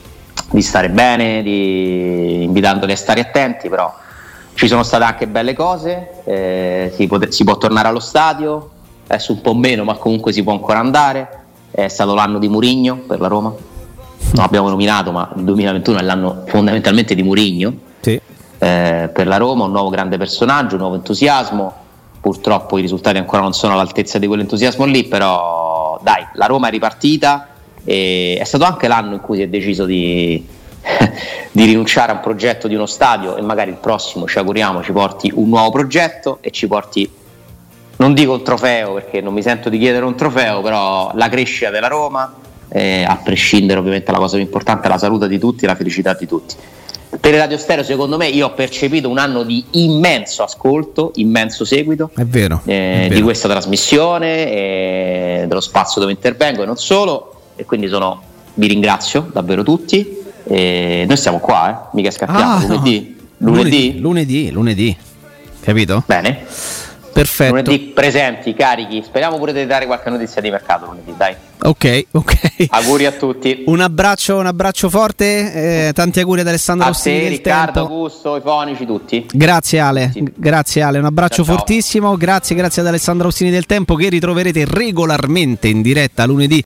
di stare bene, di, invitandoli a stare attenti, però ci sono state anche belle cose, eh, si, pot- si può tornare allo stadio, adesso un po' meno, ma comunque si può ancora andare. È stato l'anno di Mourinho per la Roma, non abbiamo nominato, ma il duemilaventuno è l'anno fondamentalmente di Mourinho, sì. eh, per la Roma, un nuovo grande personaggio, un nuovo entusiasmo. Purtroppo i risultati ancora non sono all'altezza di quell'entusiasmo lì, però dai, la Roma è ripartita e è stato anche l'anno in cui si è deciso di, di rinunciare a un progetto di uno stadio, e magari il prossimo, ci auguriamo, ci porti un nuovo progetto e ci porti, non dico un trofeo perché non mi sento di chiedere un trofeo, però la crescita della Roma, eh, a prescindere ovviamente la cosa più importante è la salute di tutti, la felicità di tutti. Per il Radio Stereo, secondo me, io ho percepito un anno di immenso ascolto, immenso seguito, è vero, eh, è vero. di questa trasmissione, eh, dello spazio dove intervengo e non solo, e quindi sono, vi ringrazio davvero tutti. E noi siamo qua, eh? mica scappiamo. Ah, lunedì? no. lunedì lunedì lunedì capito? Bene, perfetto. Lunedì presenti, carichi. Speriamo pure di dare qualche notizia di mercato lunedì, dai. Ok, ok. Auguri a tutti. Un abbraccio, un abbraccio forte, eh, tanti auguri ad Alessandro a Rossini te, del Riccardo, Tempo. Augusto, i fonici, tutti. Grazie Ale, Sì. grazie Ale, un abbraccio Ciao, ciao. fortissimo, grazie, grazie ad Alessandro Rossini del Tempo, che ritroverete regolarmente in diretta lunedì